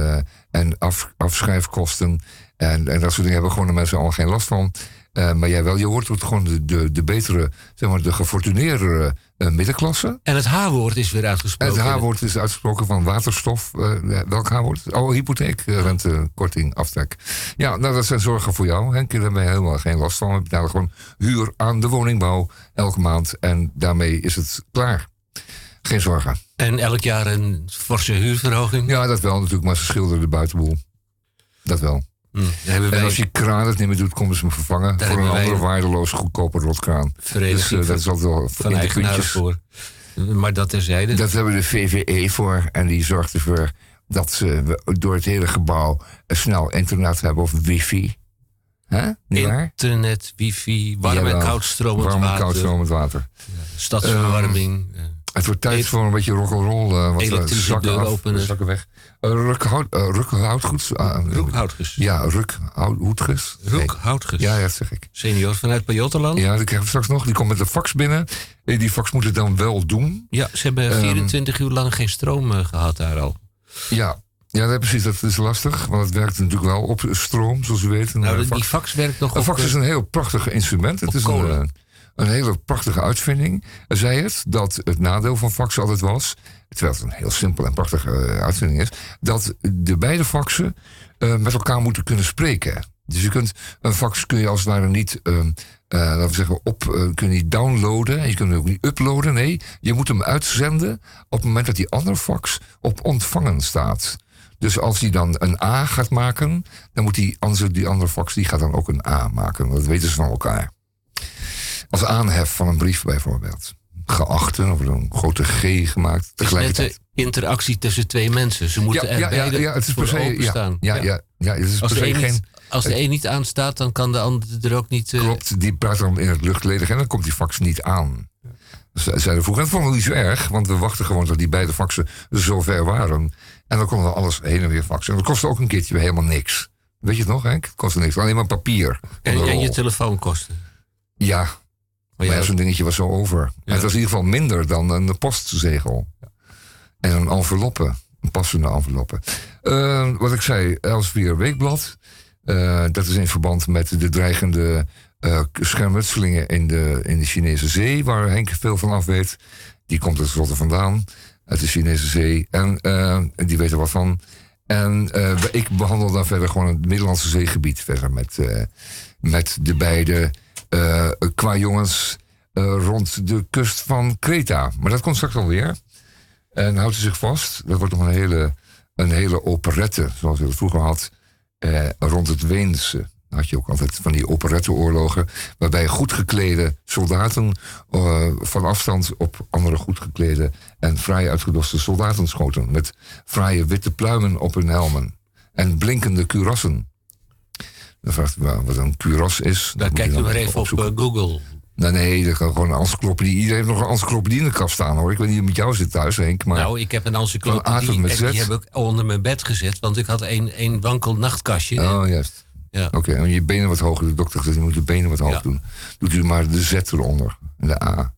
en afschrijfkosten. En dat soort dingen hebben gewoon de mensen allemaal geen last van. Maar jij wel, je hoort het gewoon de betere, zeg maar, de gefortuneerde middenklasse.
En het H-woord is weer uitgesproken.
Het H-woord is uitgesproken van waterstof. Welk H-woord? Oh, hypotheek, rentekorting, aftrek. Ja, nou, dat zijn zorgen voor jou, Henk. Daar ben je helemaal geen last van. We betalen gewoon huur aan de woningbouw elke maand. En daarmee is het klaar. Geen zorgen.
En elk jaar een forse huurverhoging?
Ja, dat wel natuurlijk, maar ze schilderen de buitenboel. Dat wel. En als je kraan het niet meer doet, komen ze hem vervangen voor een andere waardeloos goedkope rotkraan. Dus dat is altijd wel
van eigenaren voor. Maar dat terzijde.
Dat hebben we de VVE voor. En die zorgt ervoor dat we door het hele gebouw snel internet hebben of wifi. Niet waar?
Internet, wifi, warm en koudstromend water. Stadsverwarming.
Het wordt tijd voor een beetje rock'n'roll.
Elektrische deur openen.
Zakken weg. Rukhoutgoeds.
Rukhoutges.
Ja, Rukhoutges.
Rukhoutges.
Ja, dat zeg ik.
Senior vanuit Pajottenland.
Ja, die krijgen we straks nog. Die komt met een fax binnen. Die fax moet het dan wel doen.
Ja, ze hebben 24 uur lang geen stroom gehad daar al.
Ja, precies. Dat is lastig. Want het werkt natuurlijk wel op stroom, zoals u weet.
Nou, die fax werkt nog op...
Een fax is een heel prachtig instrument. Het is een hele prachtige uitvinding. Zei het dat het nadeel van faxen altijd was, terwijl het een heel simpel en prachtige uitvinding is, dat de beide faxen met elkaar moeten kunnen spreken. Dus een fax kun je als het ware niet, laten we zeggen, kun je niet downloaden. En je kunt hem ook niet uploaden. Nee, je moet hem uitzenden op het moment dat die andere fax op ontvangen staat. Dus als hij dan een A gaat maken, dan moet die andere fax die gaat dan ook een A maken. Dat weten ze van elkaar. Als aanhef van een brief bijvoorbeeld. Geachte, of een grote G gemaakt.
Het is net de interactie tussen twee mensen. Ze moeten
het is per se openstaan.
Als de een niet aanstaat, dan kan de ander er ook niet...
Klopt, die praat dan in het luchtledig en dan komt die fax niet aan. Zeiden vroeger. En dat vonden we niet zo erg, want we wachten gewoon tot die beide faxen zo ver waren. En dan konden we alles heen en weer faxen. En dat kostte ook een keertje helemaal niks. Weet je het nog, Henk? Het kostte niks, alleen maar papier.
En je telefoonkosten.
Ja. Maar zo'n dingetje was zo over. Ja. Het was in ieder geval minder dan een postzegel. Ja. En een enveloppe. Een passende enveloppe. Wat ik zei, Elsevier Weekblad. Dat is in verband met de dreigende schermutselingen in de Chinese Zee, waar Henk veel van af weet. Die komt uit Rotterdam vandaan, uit de Chinese Zee. En die weet er wat van. En ik behandel dan verder gewoon het Middellandse Zeegebied verder met de beide kwajongens rond de kust van Kreta. Maar dat komt straks alweer. En houdt u zich vast, dat wordt nog een hele operette, zoals we het vroeger had, rond het Weense. Dan had je ook altijd van die operetteoorlogen, waarbij goed geklede soldaten van afstand op andere goed geklede en fraai uitgedoste soldaten schoten. Met fraaie witte pluimen op hun helmen. En blinkende kurassen. Dan vraagt u wat een kuras is.
Dan kijkt u maar even op Google.
Nee, dat kan gewoon een encyclopedie. Iedereen heeft nog een encyclopedie in de kast staan, hoor. Ik weet niet hoe het met jou zit thuis, Henk. Maar
nou, ik heb een encyclopedie en die heb ik onder mijn bed gezet, want ik had een wankel nachtkastje.
Oh, juist. Ja. Oké, en je benen wat hoger. De dokter zegt, je moet je benen wat hoog doen. Doet u maar de Z eronder. En de A.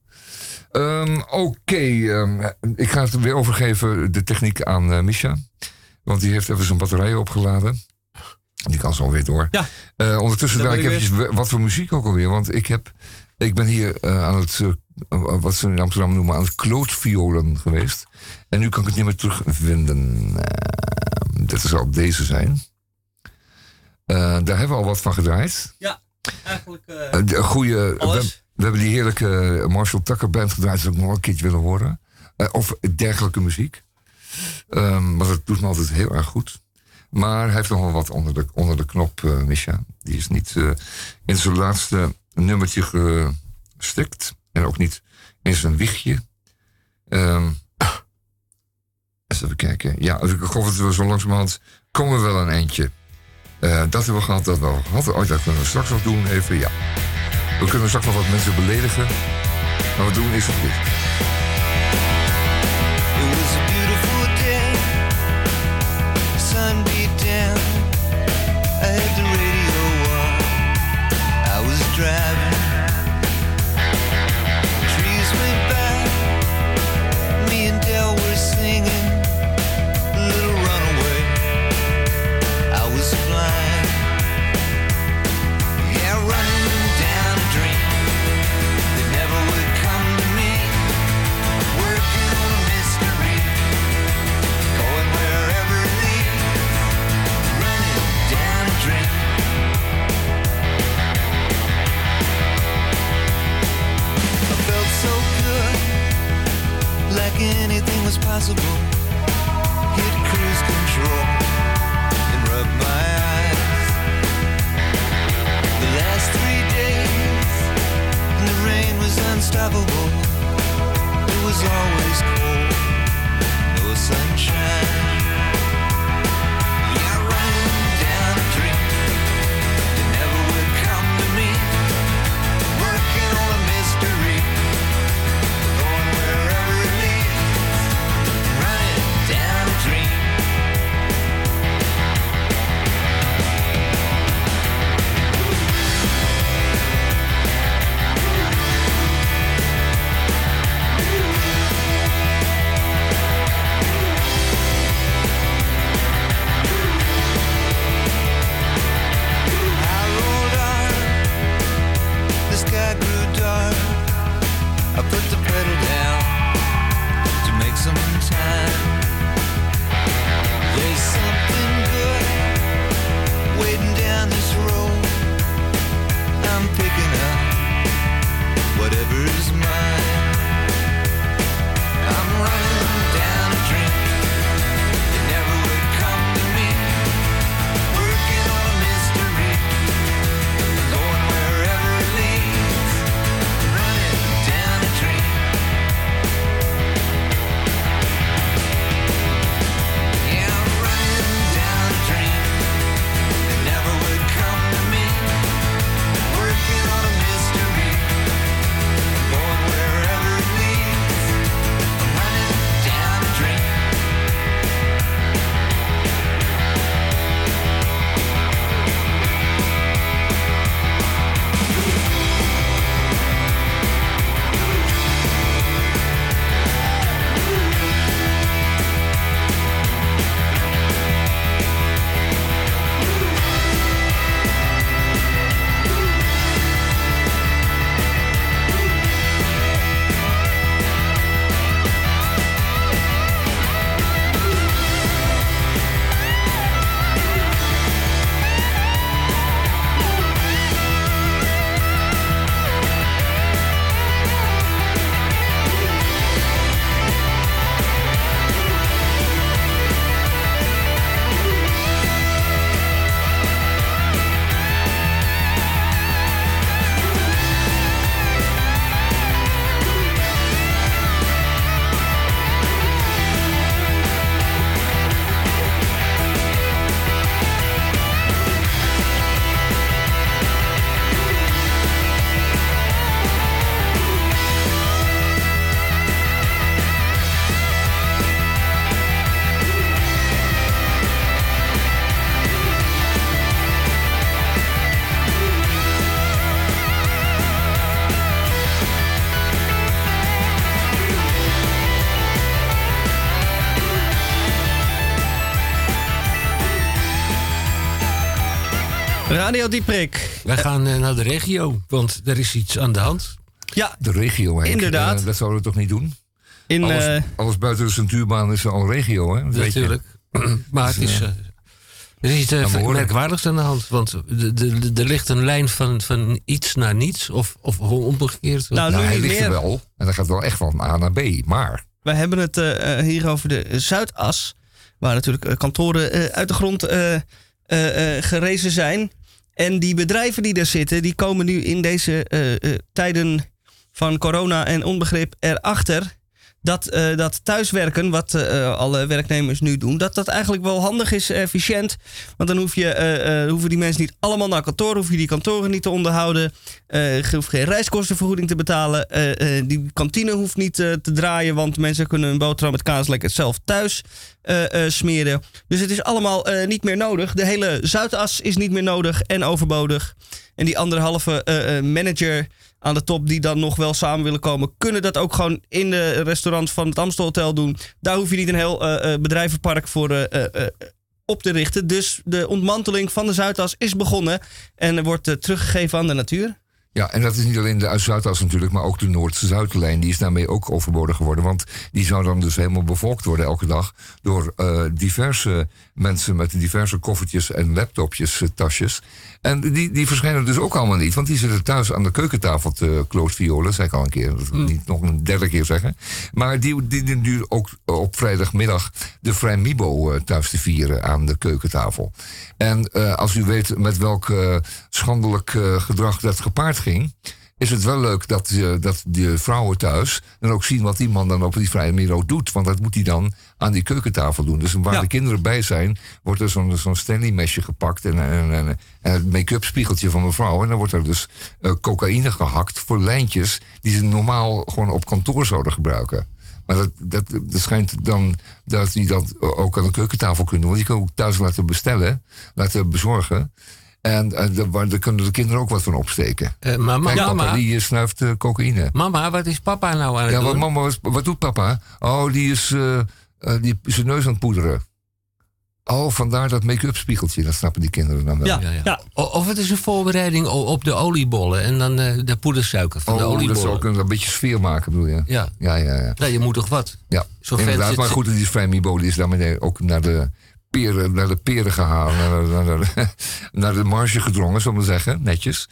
Ik ga het weer overgeven, de techniek aan Misha. Want die heeft even zijn batterijen opgeladen. Die kan zo weer door. Ja. Ondertussen draai ik eventjes wat voor muziek ook alweer. Want ik ben hier aan het, wat ze in Amsterdam noemen, aan het klootviolen geweest. En nu kan ik het niet meer terugvinden. Dat zal op deze zijn. Daar hebben we al wat van gedraaid. Ja, eigenlijk we hebben die heerlijke Marshall Tucker Band gedraaid. Dat ik nog een keertje willen horen. Of dergelijke muziek. Maar dat doet me altijd heel erg goed. Maar hij heeft nog wel wat onder de knop, Misha. Die is niet in zijn laatste nummertje gestikt. En ook niet in zijn wiegje. Eens even kijken. Ja, ik geloof dat we zo langzamerhand komen we wel een eindje. Dat hebben we gehad, dat wel gehad. Oh, dat kunnen we straks nog doen, even, ja. We kunnen straks nog wat mensen beledigen. Maar we doen eerst nog dit.
It was a beautiful day. Sun beat down. I had the radio on. I was driving. Trees went by. Me and Del were singing. A little runaway. I was flying. Yeah, running down a dream that never would come to me. Working on a mystery. Going wherever it leads. Running down a dream. I felt so good, like anything was possible. Hit cruise control and rub my eyes. The last 3 days, and the rain was unstoppable. It was always cold, no sunshine. Yeah, running down a dream that never would come to me. Working on a mystery, going wherever it leads. Running down a dream.
Radio Dieprik.
Wij gaan naar de regio, want er is iets aan de hand.
Ja,
De regio, Henk.
Inderdaad.
Dat zouden we toch niet doen?
in,
Alles buiten de centuurbaan is al regio, hè? Dat weet je.
Natuurlijk. Maar het is... er is iets merkwaardigs aan de hand. Want er ligt een lijn van iets naar niets. Of omgekeerd.
nou,
Nou,
nu
hij
niet
ligt er
meer.
wel. En dat gaat wel echt van A naar B. Maar
We hebben het hier over de Zuidas. Waar natuurlijk kantoren uit de grond gerezen zijn. En die bedrijven die daar zitten, die komen nu in deze tijden van corona en onbegrip erachter dat thuiswerken, wat alle werknemers nu doen, dat eigenlijk wel handig is, efficiënt. Want dan hoeven die mensen niet allemaal naar kantoor, hoef je die kantoren niet te onderhouden. Je hoeft geen reiskostenvergoeding te betalen. Die kantine hoeft niet te draaien, want mensen kunnen een boterham met kaas lekker zelf thuis smeren. Dus het is allemaal niet meer nodig. De hele Zuidas is niet meer nodig en overbodig. En die 1,5 manager aan de top die dan nog wel samen willen komen, kunnen dat ook gewoon in de restaurant van het Amstelhotel doen. Daar hoef je niet een heel bedrijvenpark voor op te richten. Dus de ontmanteling van de Zuidas is begonnen en wordt teruggegeven aan de natuur.
ja, en dat is niet alleen de Zuidas natuurlijk, maar ook de Noord-Zuidlijn. Die is daarmee ook overbodig geworden. Want die zou dan dus helemaal bevolkt worden elke dag door diverse mensen met diverse koffertjes en laptopjes, tasjes. En die verschijnen dus ook allemaal niet. Want die zitten thuis aan de keukentafel te klootviolen. Zei ik al een keer. Dat wil ik niet nog een derde keer zeggen. Maar die nu ook op vrijdagmiddag de Vrijmibo thuis te vieren aan de keukentafel. En als u weet met welk schandelijk gedrag dat gepaard ging, is het wel leuk dat de vrouwen thuis dan ook zien wat die man dan op die Vrijmibo doet. Want dat moet hij dan aan die keukentafel doen. Dus waar de kinderen bij zijn, wordt er zo'n Stanley-mesje gepakt en het make-up spiegeltje van mevrouw. En dan wordt er dus cocaïne gehakt voor lijntjes die ze normaal gewoon op kantoor zouden gebruiken. Maar dat schijnt dan dat die dat ook aan de keukentafel kunnen. Want die kunnen ook thuis laten bestellen, laten bezorgen. En daar kunnen de kinderen ook wat van opsteken. Kijk, papa, die snuift cocaïne.
Mama, wat is papa nou aan het doen?
Ja, mama, wat doet papa? Oh, die is zijn neus aan het poederen. Oh, vandaar dat make-up spiegeltje. Dat snappen die kinderen dan wel.
Ja.
Of het is een voorbereiding op de oliebollen. En dan de poedersuiker van de oliebollen.
Dat zou ook een beetje sfeer maken, bedoel je?
Ja.
Ja,
je moet toch wat?
Ja,
Zo
inderdaad.
fancy-
Maar goed, die Vrijmibo is daarmee ook naar de peren gehaald. Naar de marge gedrongen, zullen we zeggen. Netjes.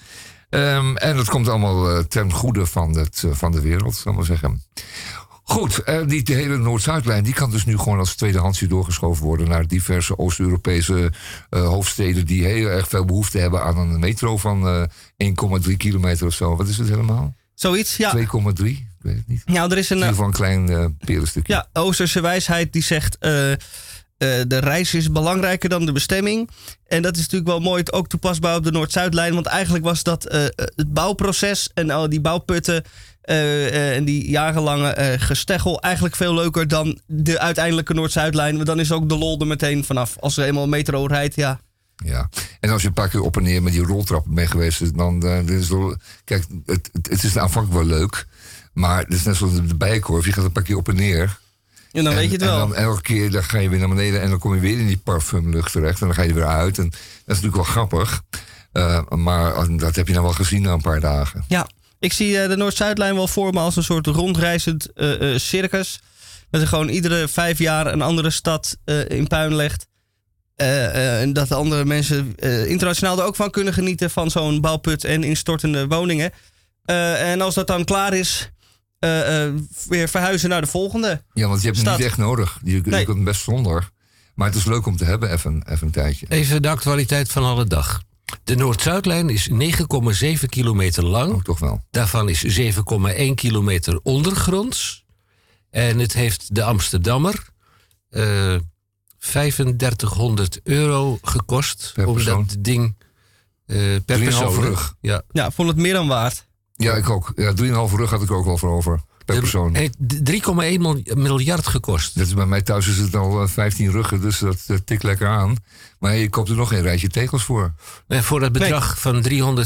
En dat komt allemaal ten goede van de wereld, zullen we zeggen. Goed, die hele Noord-Zuidlijn die kan dus nu gewoon als tweedehandsje doorgeschoven worden naar diverse Oost-Europese hoofdsteden die heel erg veel behoefte hebben aan een metro van 1,3 kilometer of zo. Wat is het helemaal?
Zoiets, ja.
2,3? Ik weet het niet.
Nou, er is
In ieder geval een klein perenstukje.
Ja, Oosterse wijsheid die zegt de reis is belangrijker dan de bestemming. En dat is natuurlijk wel mooi, ook toepasbaar op de Noord-Zuidlijn. Want eigenlijk was dat het bouwproces en al die bouwputten en die jarenlange gesteggel eigenlijk veel leuker dan de uiteindelijke Noord-Zuidlijn. Want dan is ook de lol er meteen vanaf. Als er eenmaal een metro rijdt, ja.
Ja, en als je een paar keer op en neer met die roltrappen bent geweest, dan is het, kijk, het is aanvankelijk wel leuk, maar het is net zoals de Bijenkorf. Je gaat een paar keer op en neer.
En dan weet je het wel.
En dan elke keer dan ga je weer naar beneden en dan kom je weer in die parfumlucht terecht en dan ga je er weer uit. En dat is natuurlijk wel grappig, maar dat heb je nou wel gezien na een paar dagen.
Ja, ik zie de Noord-Zuidlijn wel voor me als een soort rondreizend circus. Dat er gewoon iedere 5 jaar een andere stad in puin legt. En dat de andere mensen internationaal er ook van kunnen genieten van zo'n bouwput en instortende woningen. En als dat dan klaar is, weer verhuizen naar de volgende.
Ja, want je hebt het niet echt nodig. Je kunt het best zonder. Maar het is leuk om te hebben, even een tijdje.
Even de actualiteit van alle dag. De Noord-Zuidlijn is 9,7 kilometer lang.
Oh, toch wel.
Daarvan is 7,1 kilometer ondergronds. En het heeft de Amsterdammer €3500 gekost.
Per
om
persoon.
dat ding per
3,5
persoon.
rug.
Ja, vond het meer dan waard.
Ja, ik ook. Ja, 3,5 rug had ik ook wel voor over. Per persoon.
Het heeft 3,1 miljard gekost.
Dat is bij mij thuis is het al 15 ruggen, dus dat tikt lekker aan. Maar je koopt er nog een rijtje tegels voor.
En voor dat bedrag van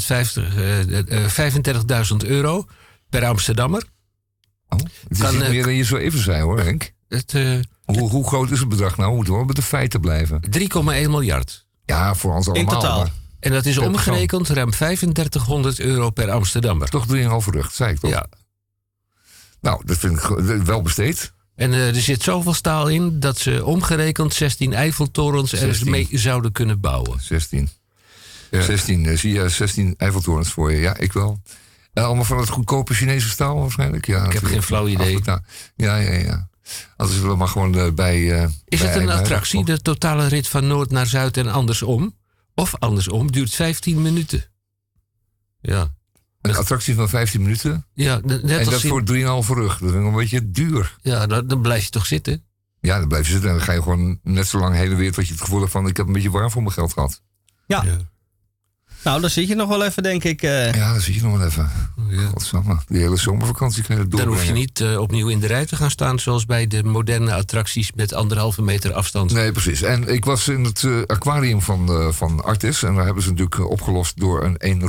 €35.000 per Amsterdammer.
Oh, het is niet meer dan je zo even zei hoor, Henk. Hoe groot is het bedrag nou? We moeten wel met de feiten blijven.
3,1 miljard.
Ja, voor ons allemaal.
In totaal.
Maar
En dat is
Per
omgerekend ruim 3500 euro per Amsterdammer.
Toch 3,5 rug, zei ik toch?
Ja.
Nou, dat vind ik wel besteed.
En er zit zoveel staal in dat ze omgerekend 16 Eiffeltorens er
16.
mee zouden kunnen bouwen.
16. 16, zie je 16 Eiffeltorens voor je? Ja, ik wel. Allemaal van het goedkope Chinese staal waarschijnlijk? Ja,
Ik heb
natuurlijk.
geen flauw idee.
Ja. Anders willen we maar gewoon bij...
Is
bij
het een
Eimhuis
attractie,
op-
de totale rit van Noord naar Zuid en andersom? Of andersom, duurt 15 minuten. Ja,
Een attractie van 15 minuten?
ja net
En
als
dat
in-
voor 3,5 rug. Dat vind ik een beetje duur.
Ja, dan blijf je toch zitten?
Ja, dan blijf je zitten en dan ga je gewoon net zo lang heen en weer... tot je het gevoel hebt van, ik heb een beetje warm voor mijn geld gehad.
Ja. Nou, dan zit je nog wel even, denk ik.
Ja, dan zit je nog wel even.
Ja.
Godsamme, die hele zomervakantie kun je
Dan
doorbrengen.
hoef je niet opnieuw in de rij te gaan staan... zoals bij de moderne attracties met 1,5 meter afstand.
Nee, precies. En ik was in het aquarium van Artis. En daar hebben ze natuurlijk opgelost door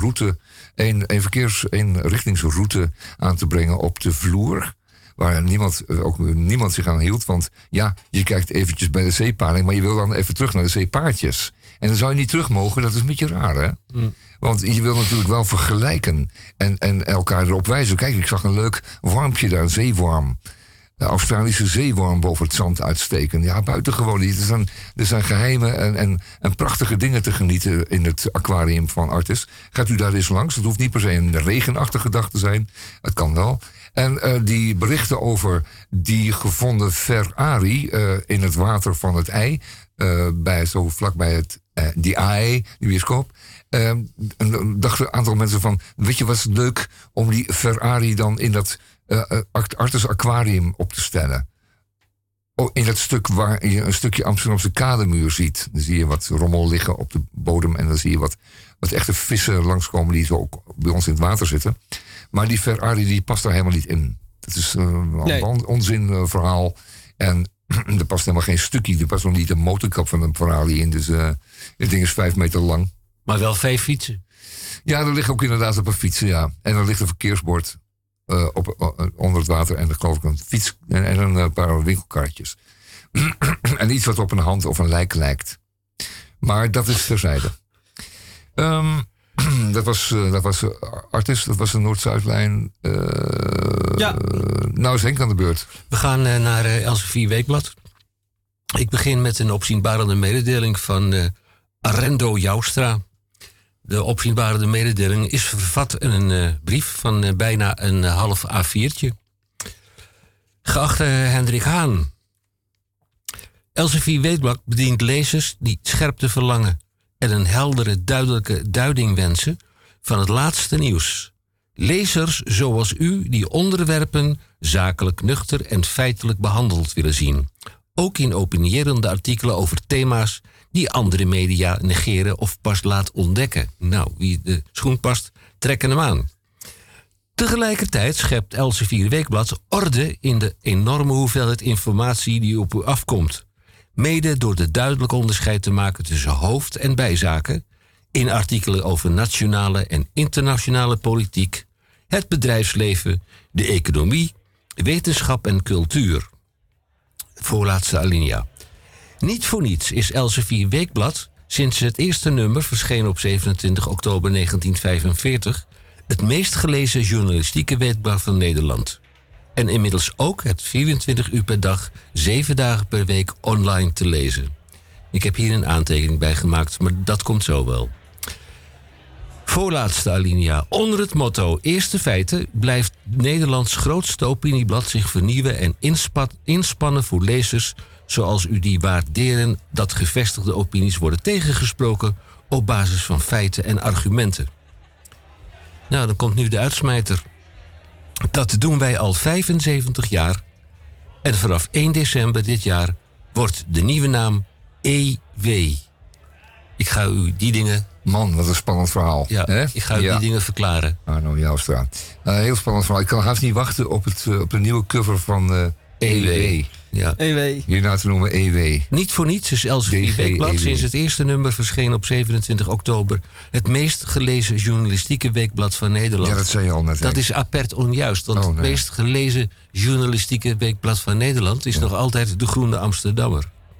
een richtingsroute aan te brengen op de vloer. Waar niemand zich aan hield. Want ja, je kijkt eventjes bij de zeepaling, maar je wil dan even terug naar de zeepaardjes. En dan zou je niet terug mogen, dat is een beetje raar, hè? Want je wil natuurlijk wel vergelijken en elkaar erop wijzen. Kijk, ik zag een leuk wormpje daar, een zeeworm. De Australische zeeworm boven het zand uitsteken. Ja, buitengewoon. Er zijn geheime en prachtige dingen te genieten in het aquarium van Artis. Gaat u daar eens langs? Het hoeft niet per se een regenachtige dag te zijn. Het kan wel. En die berichten over die gevonden Ferrari in het water van het IJ... zo vlakbij die AE, die bioscoop... dachten een aantal mensen van... weet je wat is leuk om die Ferrari dan in dat Artis Aquarium op te stellen? In dat stuk waar je een stukje Amsterdamse kademuur ziet. Dan zie je wat rommel liggen op de bodem... en dan zie je wat echte vissen langskomen... die zo ook bij ons in het water zitten. Maar die Ferrari die past daar helemaal niet in. Het is een onzin verhaal. En er past helemaal geen stukje. Er past nog niet de motorkap van een Ferrari in. Dus dit ding is 5 meter lang.
Maar wel 5 fietsen.
Ja, er ligt ook inderdaad op een fietsen, ja. En er ligt een verkeersbord onder het water. En er geloof ik een fiets en een paar winkelkarretjes. En iets wat op een hand of een lijk lijkt. Maar dat is terzijde. Dat was Artis, dat was de Noord-Zuidlijn. Nou is Henk aan de beurt.
We gaan naar Elsevier Weekblad. Ik begin met een opzienbarende mededeling van Arendo Joustra. De opzienbarende mededeling is vervat in een brief van bijna een half A4'tje. Geachte Hendrik Haan. Elsevier Weekblad bedient lezers die scherpte verlangen... en een heldere, duidelijke duiding wensen van het laatste nieuws. Lezers zoals u die onderwerpen zakelijk, nuchter en feitelijk behandeld willen zien. Ook in opinierende artikelen over thema's die andere media negeren of pas laat ontdekken. Nou, wie de schoen past, trekken hem aan. Tegelijkertijd schept Elsevier Weekblad orde in de enorme hoeveelheid informatie die op u afkomt. Mede door de duidelijk onderscheid te maken tussen hoofd- en bijzaken... in artikelen over nationale en internationale politiek... het bedrijfsleven, de economie, wetenschap en cultuur. Voorlaatste alinea. Niet voor niets is Elsevier Weekblad... sinds het eerste nummer verscheen op 27 oktober 1945... het meest gelezen journalistieke weekblad van Nederland... en inmiddels ook het 24 uur per dag, 7 dagen per week online te lezen. Ik heb hier een aantekening bij gemaakt, maar dat komt zo wel. Voorlaatste alinea. Onder het motto Eerste Feiten blijft Nederlands grootste opinieblad zich vernieuwen en inspannen voor lezers zoals u die waarderen dat gevestigde opinies worden tegengesproken op basis van feiten en argumenten. Nou, dan komt nu de uitsmijter. Dat doen wij al 75 jaar. En vanaf 1 december dit jaar wordt de nieuwe naam EW. Ik ga u die dingen...
Man, wat een spannend verhaal.
Ja,
hè?
ik ga u die dingen verklaren.
Arno Joustra. Heel spannend verhaal. Ik kan haast niet wachten op de nieuwe cover van EW.
Ja.
EW.
Hierna te noemen EW.
Niet voor niets is Elsevier Weekblad sinds het eerste nummer verscheen op 27 oktober... het meest gelezen journalistieke weekblad van Nederland.
Ja, dat zei je al net.
Dat is apert onjuist, want het meest gelezen journalistieke weekblad van Nederland... is nog altijd De Groene Amsterdammer.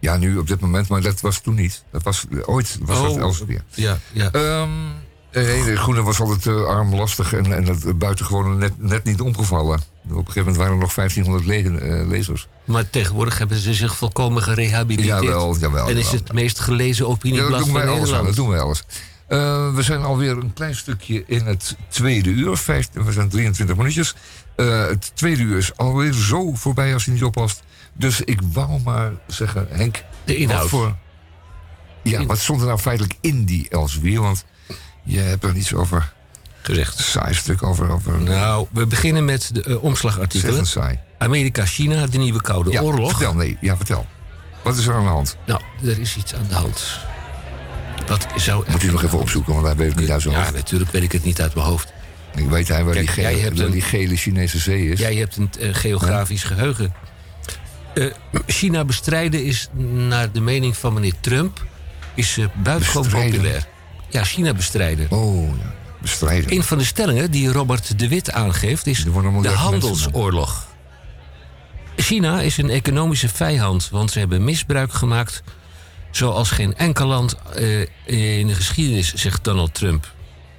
Ja, nu op dit moment, maar dat was toen niet. Ooit was dat Elsevier.
Ja.
De Groene was altijd armlastig en dat buitengewoon net niet omgevallen. Op een gegeven moment waren er nog 1500 lezers.
Maar tegenwoordig hebben ze zich volkomen gerehabiliteerd.
Jawel.
En is het meest gelezen opinieblad van Nederland.
Dat doen wij alles. We zijn alweer een klein stukje in het tweede uur. We zijn 23 minuutjes. Het tweede uur is alweer zo voorbij als je niet oppast. Dus ik wou maar zeggen, Henk...
De inhoud.
Wat stond er nou feitelijk in die Elsevier? Want je hebt er niets over
gezegd.
Saai stuk over.
Nou, we beginnen met de omslagartikelen.
Saai.
Amerika-China, de nieuwe Koude Oorlog.
Vertel. Wat is er aan de hand?
Nou, er is iets aan de hand. Wat zou...
Moet u nog even opzoeken, want hij weet het niet uit zijn hoofd.
Ja, natuurlijk weet ik het niet uit mijn hoofd.
Ik weet waar die gele Chinese zee is.
Jij hebt een geografisch geheugen. China bestrijden is, naar de mening van meneer Trump, is buitengewoon populair. Ja, China bestrijden.
Bestrijden.
Een van de stellingen die Robert de Wit aangeeft is de handelsoorlog. China is een economische vijand, want ze hebben misbruik gemaakt zoals geen enkel land in de geschiedenis, zegt Donald Trump.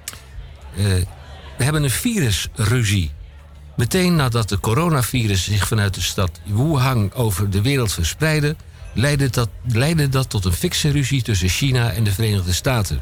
We hebben een virusruzie. Meteen nadat de coronavirus zich vanuit de stad Wuhan over de wereld verspreidde, leidde dat tot een fikse ruzie tussen China en de Verenigde Staten.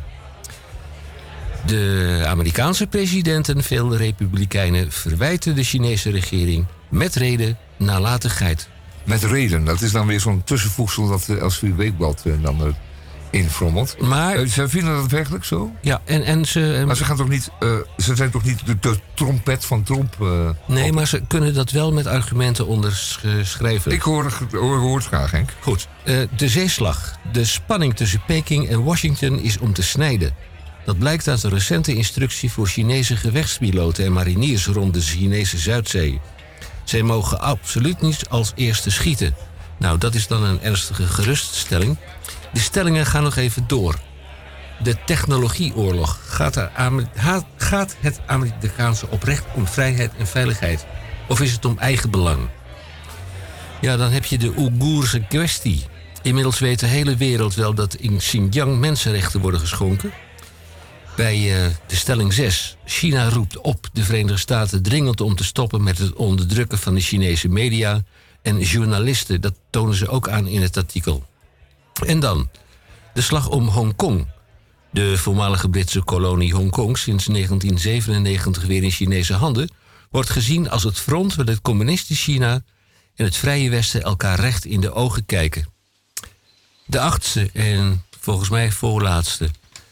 De Amerikaanse president en veel republikeinen verwijten de Chinese regering met reden nalatigheid.
Met reden, dat is dan weer zo'n tussenvoegsel dat de Elsevier Weekblad dan infrommelt.
Maar
ze vinden dat werkelijk zo?
Ja,
maar ze gaan toch niet, ze zijn toch niet de trompet van Trump?
Nee, maar ze kunnen dat wel met argumenten onderschrijven.
Ik hoor het graag, Henk.
Goed, de zeeslag. De spanning tussen Peking en Washington is om te snijden. Dat blijkt uit een recente instructie voor Chinese gevechtspiloten en mariniers rond de Chinese Zuidzee. Zij mogen absoluut niet als eerste schieten. Nou, dat is dan een ernstige geruststelling. De stellingen gaan nog even door. De technologieoorlog. Gaat het Amerikaanse oprecht om vrijheid en veiligheid? Of is het om eigen belang? Ja, dan heb je de Oeigoerse kwestie. Inmiddels weet de hele wereld wel dat in Xinjiang mensenrechten worden geschonken. Bij de stelling 6. China roept op de Verenigde Staten dringend om te stoppen met het onderdrukken van de Chinese media en journalisten. Dat tonen ze ook aan in het artikel. En dan de slag om Hongkong. De voormalige Britse kolonie Hongkong, sinds 1997 weer in Chinese handen, wordt gezien als het front waar het communistisch China en het Vrije Westen elkaar recht in de ogen kijken. De 8e en volgens mij voorlaatste.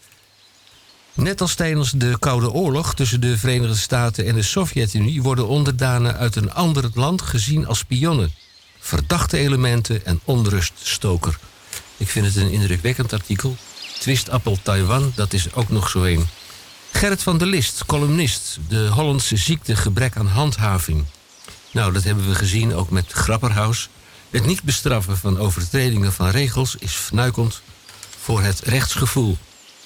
Net als tijdens de Koude Oorlog tussen de Verenigde Staten en de Sovjet-Unie worden onderdanen uit een ander land gezien als spionnen, verdachte elementen en onruststoker. Ik vind het een indrukwekkend artikel. Twistappel Taiwan, dat is ook nog zo een. Gerrit van der List, columnist. De Hollandse ziekte gebrek aan handhaving. Nou, dat hebben we gezien ook met Grapperhaus. Het niet bestraffen van overtredingen van regels is fnuikend voor het rechtsgevoel.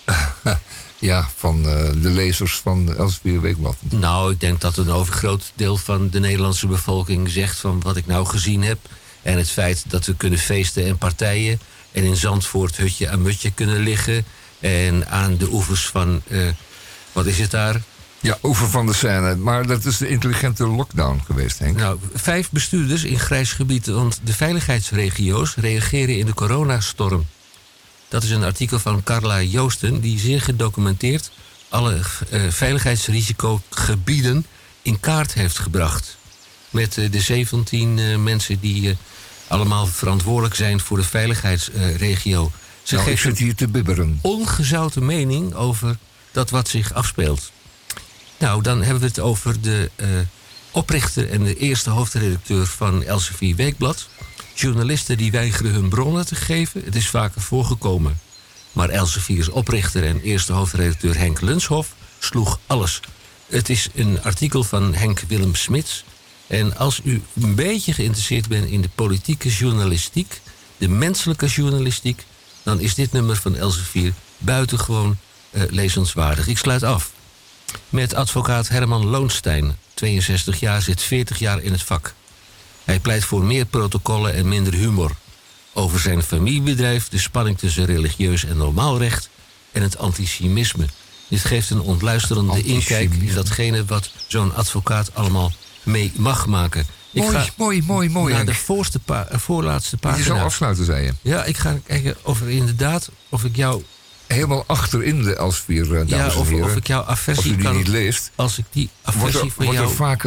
Ja, van de lezers van Elsevier Weekblad.
Nou, ik denk dat een overgroot deel van de Nederlandse bevolking zegt van wat ik nou gezien heb. En het feit dat we kunnen feesten en partijen en in Zandvoort hutje aan mutje kunnen liggen. En aan de oevers van, wat is het daar?
Ja, oever van de Seine. Maar dat is de intelligente lockdown geweest, Henk.
Nou, 5 bestuurders in grijs gebied, want de veiligheidsregio's reageren in de coronastorm. Dat is een artikel van Carla Joosten, die zeer gedocumenteerd alle veiligheidsrisicogebieden in kaart heeft gebracht. Met de 17 mensen die allemaal verantwoordelijk zijn voor de veiligheidsregio. Ze
ik zit hier te bibberen.
Ongezouten mening over dat wat zich afspeelt. Nou, dan hebben we het over de oprichter en de eerste hoofdredacteur van Elsevier Weekblad. Journalisten die weigeren hun bronnen te geven. Het is vaker voorgekomen. Maar Elsevier's oprichter en eerste hoofdredacteur Henk Lunshoff sloeg alles. Het is een artikel van Henk Willem Smits. En als u een beetje geïnteresseerd bent in de politieke journalistiek, de menselijke journalistiek, dan is dit nummer van Elsevier buitengewoon lezenswaardig. Ik sluit af met advocaat Herman Loonstein. 62 jaar, zit 40 jaar in het vak. Hij pleit voor meer protocollen en minder humor. over zijn familiebedrijf, de spanning tussen religieus en normaal recht en het antisemitisme. Dit geeft een ontluisterende inkijk in datgene wat zo'n advocaat allemaal mee mag maken. Ik ga
Mooi.
naar
Henk.
de voorlaatste
Je
pagina.
zou afsluiten, zei je.
Ja, ik ga kijken of ik jou...
Helemaal achterin de Elsevier, dames
Ja,
en heren.
of ik jouw
Als
aversie
u die
kan...
niet leest,
Als ik die
wordt
aversie van
er
jou...
vaak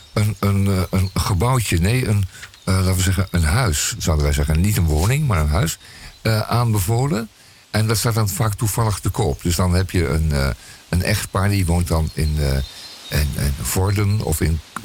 een gebouwtje, laten we zeggen, een huis, zouden wij zeggen. Niet een woning, maar een huis, aanbevolen. En dat staat dan vaak toevallig te koop. Dus dan heb je een echtpaar die woont dan in Vorden of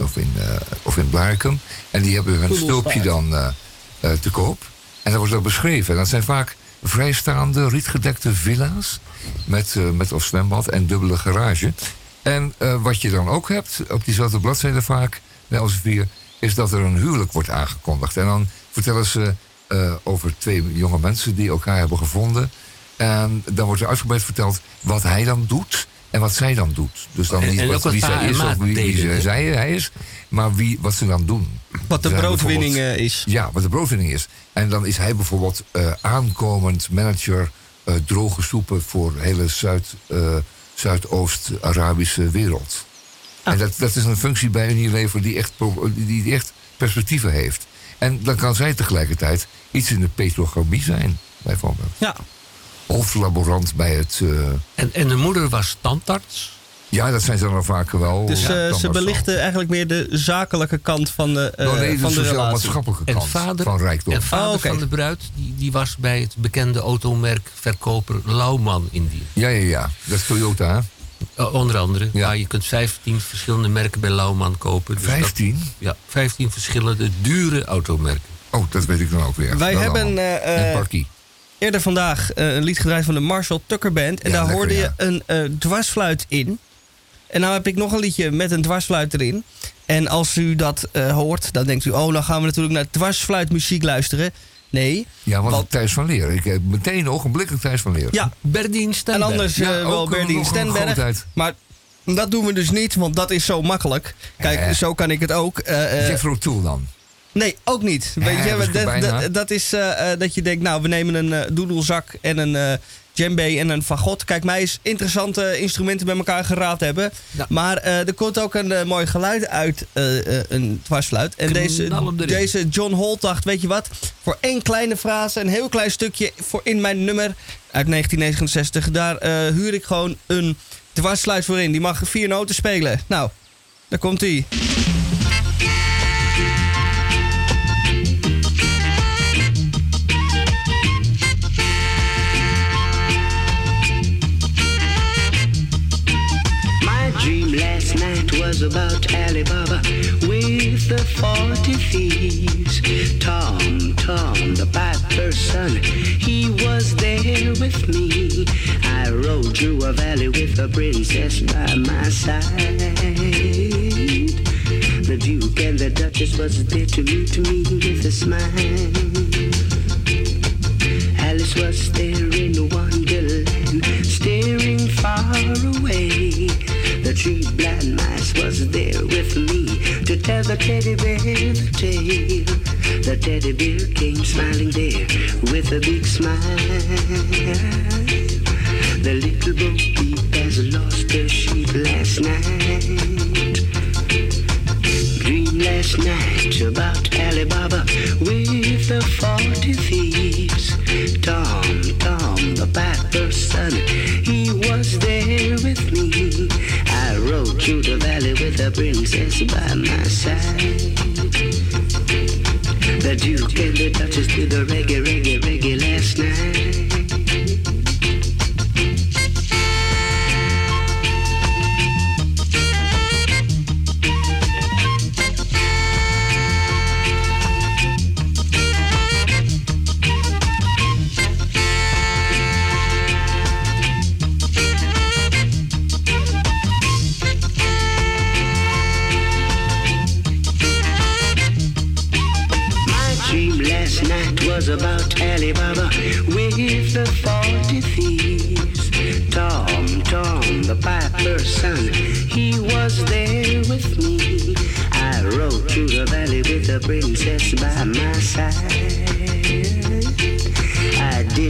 in Blaricum. En die hebben hun stulpje dan te koop. En dat wordt ook beschreven. En dat zijn vaak vrijstaande, rietgedekte villa's met of zwembad en dubbele garage. En wat je dan ook hebt, op diezelfde bladzijde vaak, bij Elsevier, is dat er een huwelijk wordt aangekondigd. En dan vertellen ze over 2 jonge mensen die elkaar hebben gevonden. En dan wordt er uitgebreid verteld wat hij dan doet en wat zij dan doet. Dus dan niet
ook wat
wie zij is of wie hij is, maar wat ze dan doen.
Wat de
Ze zijn
broodwinning
bijvoorbeeld-
is.
Ja, wat de broodwinning is. En dan is hij bijvoorbeeld aankomend manager droge soepen voor de hele Zuidoost-Arabische wereld. En dat is een functie bij Unilever die echt perspectieven heeft. En dan kan zij tegelijkertijd iets in de petrochemie zijn, bijvoorbeeld.
Ja.
Of laborant bij het...
En de moeder was tandarts.
ja, dat zijn ze dan vaak wel.
Dus
ja,
ze belichten eigenlijk meer de zakelijke kant van de,
nee,
van
de
de relatie.
sociaal-maatschappelijke
En
kant
vader,
van rijkdom.
en vader
oké.
van de bruid, die was bij het bekende automerkverkoper Lauman in die.
Ja. Dat is Toyota, hè?
Onder andere.
Ja.
Maar je kunt 15 verschillende merken bij Lauman kopen. Dus
15?
Ja, 15 verschillende dure automerken.
Oh, dat weet ik dan ook weer.
Wij
Dat
hebben
allemaal. En Parkie.
eerder vandaag een lied gedraaid van de Marshall Tucker Band. En
Ja,
daar
lekker,
hoorde
ja.
je een dwarsfluit in. En nou heb ik nog een liedje met een dwarsfluit erin. En als u dat hoort, dan denkt u... oh, dan gaan we natuurlijk naar dwarsfluitmuziek luisteren. Nee.
Ja, want
Want-
Thijs van Leer. Ik heb meteen ogenblikkelijk Thijs van Leer.
Ja,
Berdien
en
Stenberg.
anders
Ja,
wel
ook
Berdien
nog een
Stenberg.
grootheid.
Maar dat doen we dus niet, want dat is zo makkelijk. Kijk, zo kan ik het ook.
Jethro Tull dan.
Nee, ook niet. Weet je,
dat is goed bijna.
dat is dat je denkt, nou, we nemen een doedelzak en een djembe en een fagot. Kijk, mij is interessante instrumenten bij elkaar geraapt hebben.
Ja.
Maar er komt ook een mooi geluid uit een dwarsfluit. En
Knal hem erin.
deze John Holt dacht, weet je wat? Voor 1 kleine frase, een heel klein stukje voor in mijn nummer uit 1969. Daar huur ik gewoon een dwarsfluit voor in. Die mag 4 noten spelen. Nou, daar komt ie.
My dream last night was about Alibaba with the 40 thieves. Tom, the piper's son, he was there with me. I rode through a valley with a princess by my side. The Duke and the Duchess was there to meet me with a smile. Alice was there in Wonderland, staring far away. The 3 blind mice was there with me to tell the teddy bear the tale. The teddy bear came smiling there with a big smile. The little Bo Peep has lost her sheep last night. Dream last night about Alibaba with the 40 thieves. Tom, the piper's son, he was there with me. I rode through the valley with the princess by my side. The Duke and the Duchess did the reggae last night. Was about Alibaba with the 40 thieves. Tom, the piper's son, he was there with me. I rode through the valley with the princess by my side.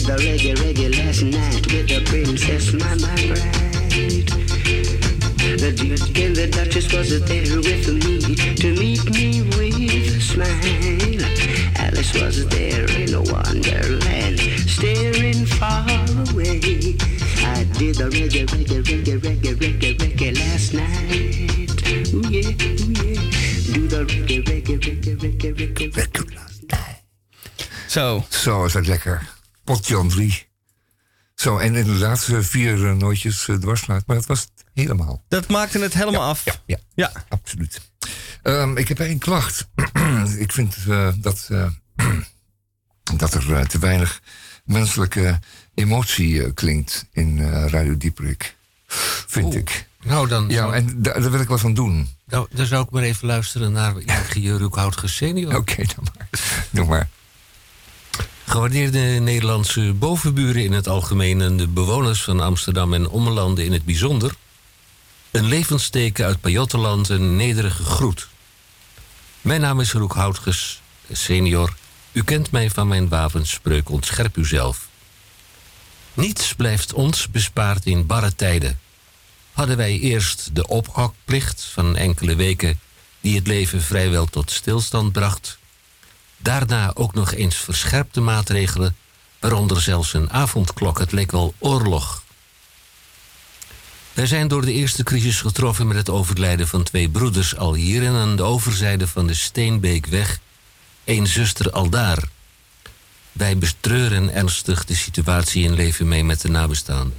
did the reggae last night with the princess, my bride. The Duke and the Duchess was there with me to meet me with a smile. Alice was there in a wonderland, staring far away. I did the reggae last night. Ooh yeah, do the reggae.
Zo.
Zo is dat lekker. Potjan 3. Zo, en in de laatste 4 nootjes dwarsfluit. Maar dat was het helemaal.
Dat maakte het helemaal af.
Ja, absoluut. Ik heb 1 klacht. Ik vind dat er te weinig menselijke emotie klinkt in Radio Dieperik. Vind ik.
Nou, dan
en daar wil ik wat van doen.
Nou, dan zou ik maar even luisteren naar ingenieur Roekhoutges senior.
Oké, dan maar. Doe maar.
Gewaardeerde Nederlandse bovenburen in het algemeen en de bewoners van Amsterdam en ommelanden in het bijzonder. Een levensteken uit Pajottenland, een nederige groet. Mijn naam is Roekhoutges senior. U kent mij van mijn wapenspreuk ontscherp uzelf. Niets blijft ons bespaard in barre tijden. Hadden wij eerst de ophokplicht van enkele weken die het leven vrijwel tot stilstand bracht. Daarna ook nog eens verscherpte maatregelen, waaronder zelfs een avondklok. Het leek wel oorlog. Wij zijn door de eerste crisis getroffen met het overlijden van 2 broeders al hier en aan de overzijde van de Steenbeekweg 1 zuster aldaar. Wij betreuren ernstig de situatie en leven mee met de nabestaanden.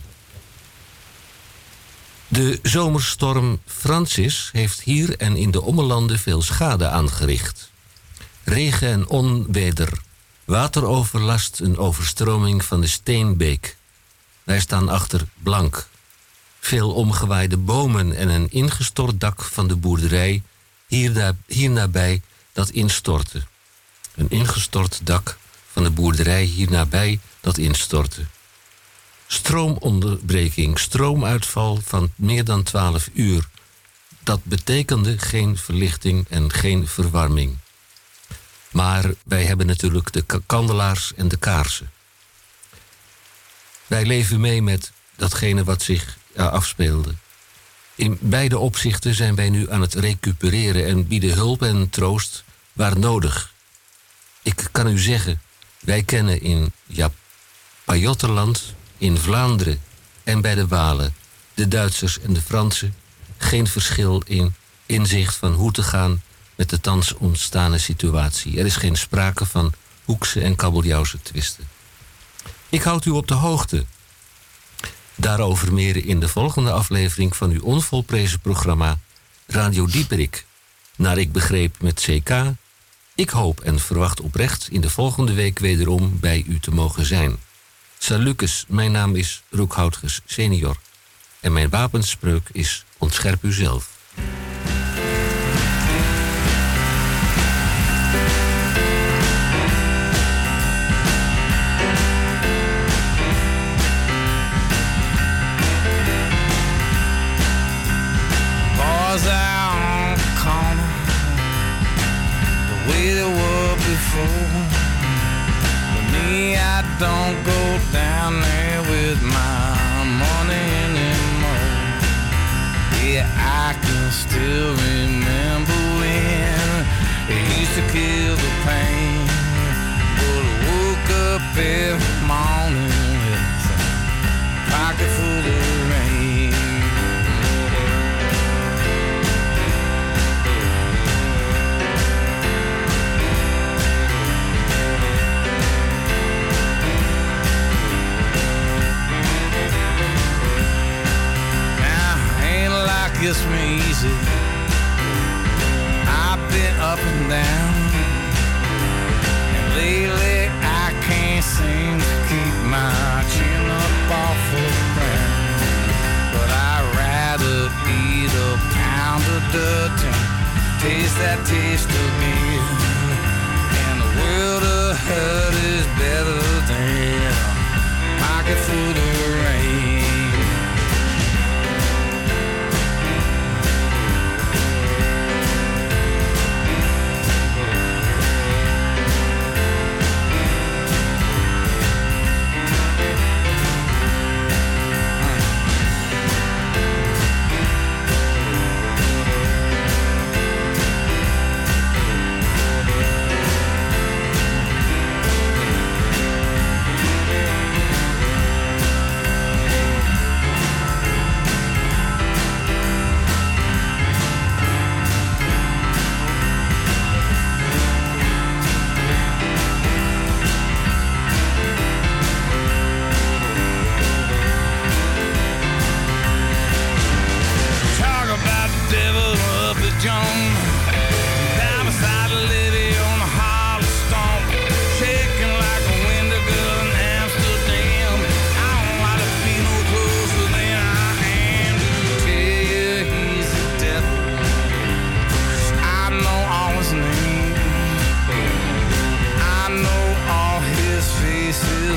De zomerstorm Francis heeft hier en in de ommelanden veel schade aangericht. Regen en onweder, wateroverlast, een overstroming van de Steenbeek. Wij staan achter blank. Veel omgewaaide bomen en een ingestort dak van de boerderij hier nabij dat instortte. Een ingestort dak van de boerderij hier nabij dat instortte. Stroomonderbreking, stroomuitval van meer dan 12 uur. Dat betekende geen verlichting en geen verwarming. Maar wij hebben natuurlijk de kandelaars en de kaarsen. Wij leven mee met datgene wat zich afspeelde. In beide opzichten zijn wij nu aan het recupereren en bieden hulp en troost waar nodig. Ik kan u zeggen, wij kennen in Pajottenland, in Vlaanderen en bij de Walen, de Duitsers en de Fransen, geen verschil in inzicht van hoe te gaan met de thans ontstane situatie. Er is geen sprake van hoekse en kabeljauwse twisten. Ik houd u op de hoogte. Daarover meer in de volgende aflevering van uw onvolprezen programma Radio Dieperik. Naar ik begreep met CK. Ik hoop en verwacht oprecht in de volgende week wederom bij u te mogen zijn. Salukes, mijn naam is Roekhoutges senior. En mijn wapenspreuk is ontscherp uzelf.
Boys out on the corner, the way they were before. But me, I don't go down there with my money anymore. Yeah, I can still remember when it used to kill the pain. But I woke up every morning with a pocket full of rain. It's me easy. I've been up and down, and lately I can't seem to keep my chin up off the ground. But I'd rather eat a pound of dirt and taste that taste of beer. And the world of hurt is better than a pocket full of rain.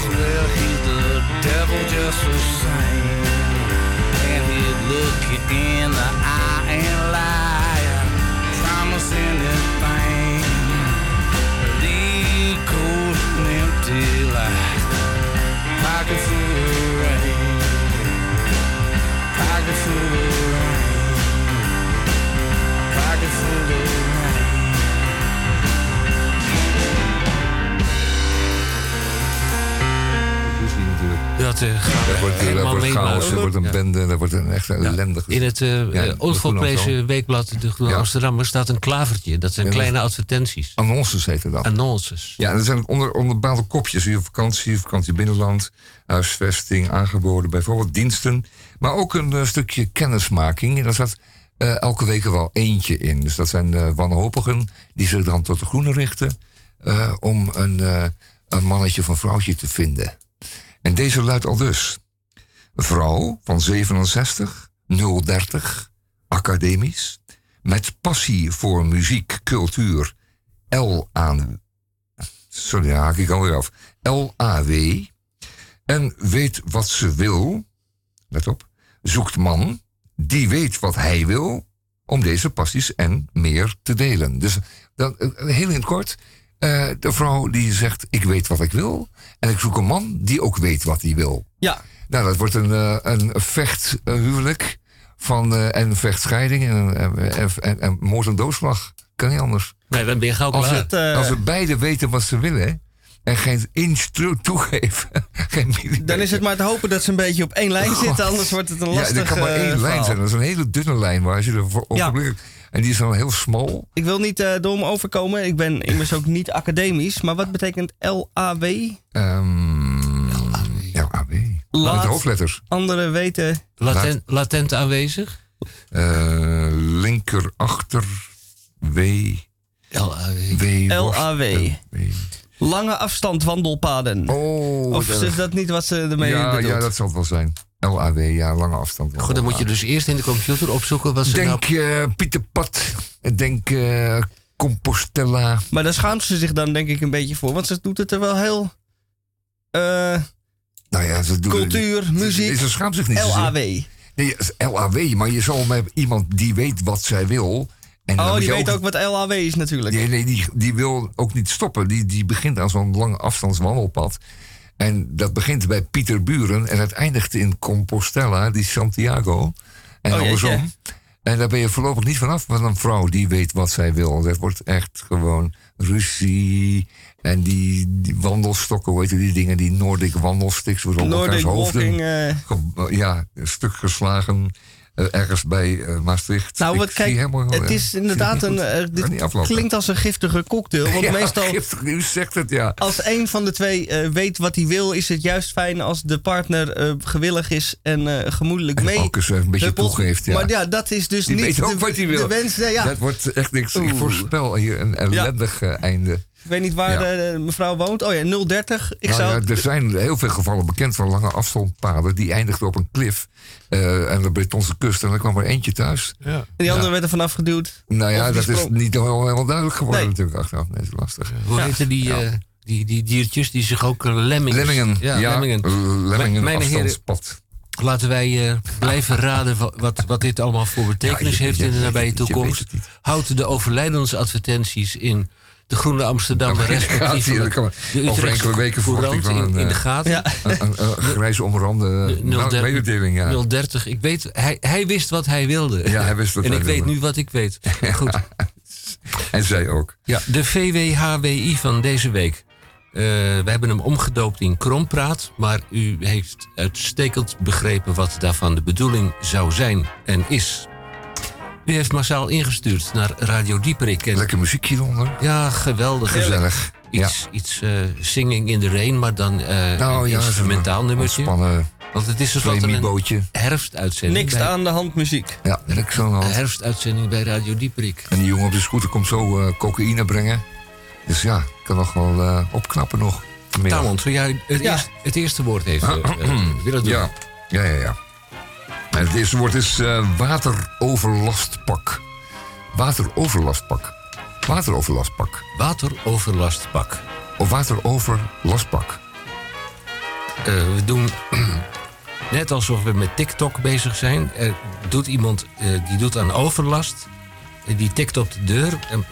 well, he's the devil just the same. And he'd look you in the eye and lie, promise anything. Leave cold and empty like pocket full of rain. Pocket full of rain. Pocket full of rain.
Dat gaan
Dat wordt
helemaal
chaos, dat
meemaken.
wordt een bende, dat wordt een echt ellendig.
In het onvolprezen weekblad De Groene
Ja.
Amsterdammer staat een klavertje. Dat zijn
Ja,
kleine advertenties.
Annonces heet dat.
Annonces.
Ja, er zijn onder bepaalde kopjes. Hier vakantie binnenland, huisvesting, aangeboden, bijvoorbeeld diensten. Maar ook een stukje kennismaking. En daar zat elke week er wel eentje in. Dus dat zijn wanhopigen die zich dan tot de groene richten om een mannetje of een vrouwtje te vinden. En deze luidt al dus. Vrouw van 67, 030, academisch, met passie voor muziek, cultuur, Sorry, daar haak ik alweer af. LAW. En weet wat ze wil. Let op. Zoekt man die weet wat hij wil om deze passies en meer te delen. Dus heel in het kort. De vrouw die zegt, ik weet wat ik wil. En ik zoek een man die ook weet wat hij wil.
Ja.
Nou, dat wordt een vechthuwelijk en vechtscheiding en moord en doodslag. Kan niet anders.
Nee, dan ben je gauw klaar.
Als ze beide weten wat ze willen en geen inch toegeven, geen millimeter.
Dan is het maar te hopen dat ze een beetje op één lijn zitten, anders wordt het een lastig
Ja, er kan maar één lijn
verhaal.
zijn. Dat is een hele dunne lijn waar je ervoor overblikt. En die is dan heel smal.
Ik wil niet dom overkomen. Ik ben immers ook niet academisch. Maar wat betekent LAW?
LAW. Met de hoofdletters.
Anderen weten.
Latent aanwezig?
Linkerachter.
LAW. Lange afstand wandelpaden. Of is dat niet wat ze ermee bedoelt?
Ja, dat zal het wel zijn. LAW, ja, lange afstand.
Goed, dan moet je dus eerst in de computer opzoeken wat ze
Denk Pieterpad. Denk Compostela.
Maar daar schaamt ze zich dan denk ik een beetje voor. Want ze doet het er wel heel...
Nou ja, ze doen
cultuur, muziek.
Ze schaamt zich niet.
LAW.
Nee, LAW, maar je zal met iemand die weet wat zij wil. En dan moet
die
je
weet ook wat LAW is natuurlijk.
Nee, die wil ook niet stoppen. Die begint aan zo'n lange afstandswandelpad. En dat begint bij Pieterburen en het eindigt in Compostela, die Santiago. En andersom.
Jeetje.
En daar ben je voorlopig niet vanaf van een vrouw die weet wat zij wil. Dat wordt echt gewoon ruzie. En die wandelstokken, hoe heet die dingen? Die Nordic wandelsticks worden op elkaars hoofden. Een stuk geslagen. Ergens bij Maastricht.
Nou, het is inderdaad dit klinkt als een giftige cocktail. Want meestal,
u zegt het, ja.
Als een van de twee weet wat hij wil, is het juist fijn als de partner gewillig is en gemoedelijk mee.
En ook eens een beetje toegeeft, ja.
Maar ja, dat is dus
die
niet
weet ook wat hij wil.
de wens.
Dat wordt echt niks. Ik voorspel hier een ellendig einde.
Ik weet niet waar de mevrouw woont. Oh ja, 030.
Er zijn heel veel gevallen bekend van lange afstandpaden. Die eindigden op een klif aan de Bretonse kust. En er kwam er eentje thuis.
Ja. En die andere werd er vanaf geduwd.
Nou ja, dat is niet helemaal duidelijk geworden natuurlijk achteraf. Dat is lastig.
Hoe heten die diertjes die zich ook lemmingen...
Lemmingen afstandspad.
Laten wij blijven raden wat dit allemaal voor betekenis heeft in de nabije toekomst. Houdt de overlijdensadvertenties in De Groene Amsterdammer, respectievelijk de Utrechtse Courant in de gaten.
Een grijze omrande mededeling,
030. Ik weet, hij wist wat hij wilde.
Ja, hij wist wat
en
hij
ik
wilde.
weet nu wat ik weet. Goed.
En zij ook.
Ja, de VWHWI van deze week. We hebben hem omgedoopt in Krompraat, maar u heeft uitstekend begrepen wat daarvan de bedoeling zou zijn en is. U heeft massaal ingestuurd naar Radio Dieperik.
Lekker muziekje eronder.
Ja, geweldig.
Gezellig.
Iets Singing in the Rain, maar dan een instrumentaal nummertje.
Ontspannen.
Want het is tenslotte een herfstuitzending.
Niks aan de hand muziek.
Ja, niks aan de hand.
Een herfstuitzending bij Radio Dieperik.
En die jongen op de scooter komt zo cocaïne brengen. Dus ja, kan nog wel opknappen nog.
Tamon, zou jij het eerste woord even willen doen?
Ja. En het eerste woord is wateroverlastpak. Wateroverlastpak.
Wateroverlastpak.
Of wateroverlastpak.
We doen net alsof we met TikTok bezig zijn. Er doet iemand die doet aan overlast. Die tikt op de deur.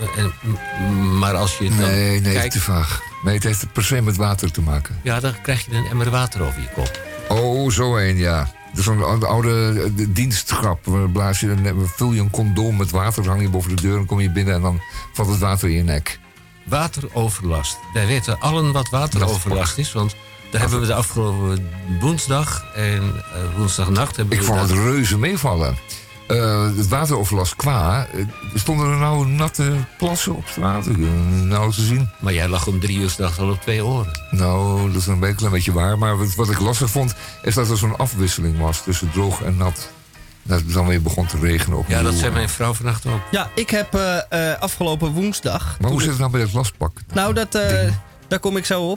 Maar als je dan
Nee,
kijkt...
te vaag. Nee, het heeft per se met water te maken.
Ja, dan krijg je een emmer water over je kop.
Oh, zo een, ja. Dat is zo'n oude dienstgrap. Vul je een condoom met water, dan hang je boven de deur... en kom je binnen en dan valt het water in je nek.
Wateroverlast. Wij weten allen wat wateroverlast is, want daar hebben we de afgelopen woensdag en woensdagnacht...
Ik vond het reuze meevallen. Het wateroverlast qua. Stonden er nou natte plassen op straat? Nou te zien.
Maar jij lag om 3 uur 's nachts al op 2 oren.
Nou, dat is een klein beetje waar. Maar wat ik lastig vond, is dat er zo'n afwisseling was tussen droog en nat. Dat het dan weer begon te regenen opnieuw.
Ja, dat zei mijn vrouw vannacht ook.
Ja, ik heb afgelopen woensdag...
Maar hoe zit het nou bij het lastpak?
Nou, daar kom ik zo op.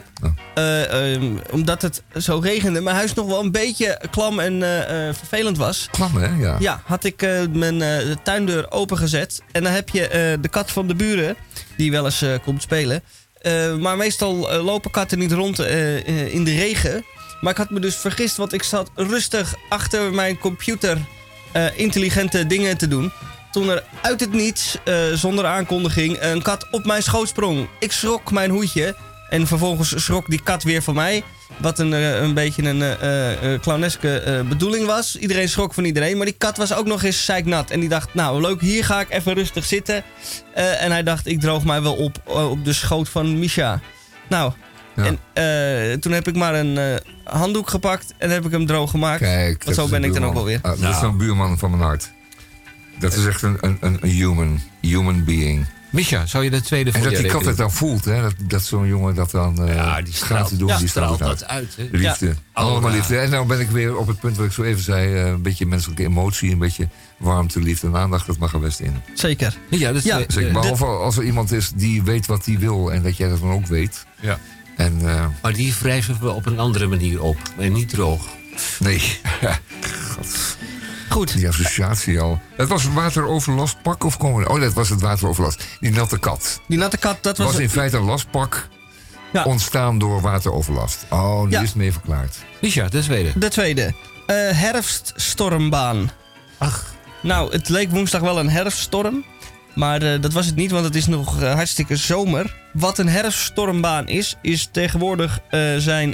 Omdat het zo regende. Mijn huis nog wel een beetje klam en vervelend was.
Klam, hè? Ja.
Ja, had ik mijn tuindeur opengezet. En dan heb je de kat van de buren, die wel eens komt spelen. Maar meestal lopen katten niet rond in de regen. Maar ik had me dus vergist, want ik zat rustig achter mijn computer intelligente dingen te doen. Toen er uit het niets, zonder aankondiging, een kat op mijn schoot sprong. Ik schrok mijn hoedje. En vervolgens schrok die kat weer van mij. Wat een beetje een clowneske bedoeling was. Iedereen schrok van iedereen. Maar die kat was ook nog eens zeiknat. En die dacht, nou leuk, hier ga ik even rustig zitten. En hij dacht, ik droog mij wel op de schoot van Misha. Nou, ja. En toen heb ik maar een handdoek gepakt. En heb ik hem droog gemaakt.
Kijk,
want zo ben ik dan ook wel weer.
Dat is een buurman van mijn hart. Dat is echt een human being.
Misha, zou je de tweede voor
en
je
dat die kat
rekenen?
het dan voelt, hè? Dat zo'n jongen dat dan
die straalt,
die
straalt dat uit. Hè?
Liefde.
Ja.
Allemaal liefde. En nou ben ik weer op het punt wat ik zo even zei. Een beetje menselijke emotie, een beetje warmte, liefde en aandacht. Dat mag er best in.
Zeker.
Ja, dat
Zeker. Behalve als er iemand is die weet wat hij wil en dat jij dat dan ook weet.
Ja.
En,
maar die wrijven we op een andere manier op. Maar niet droog.
Nee. God.
Goed.
Die associatie al. Het was wateroverlastpak of komen? Oh, dat was het wateroverlast. Die natte kat.
Die natte kat, dat was
in feite een lastpak ontstaan door wateroverlast. Oh, nu is het mee verklaard.
Misha, de tweede.
De tweede. Herfststormbaan.
Ach.
Nou, het leek woensdag wel een herfststorm. Maar dat was het niet, want het is nog hartstikke zomer. Wat een herfststormbaan is tegenwoordig zijn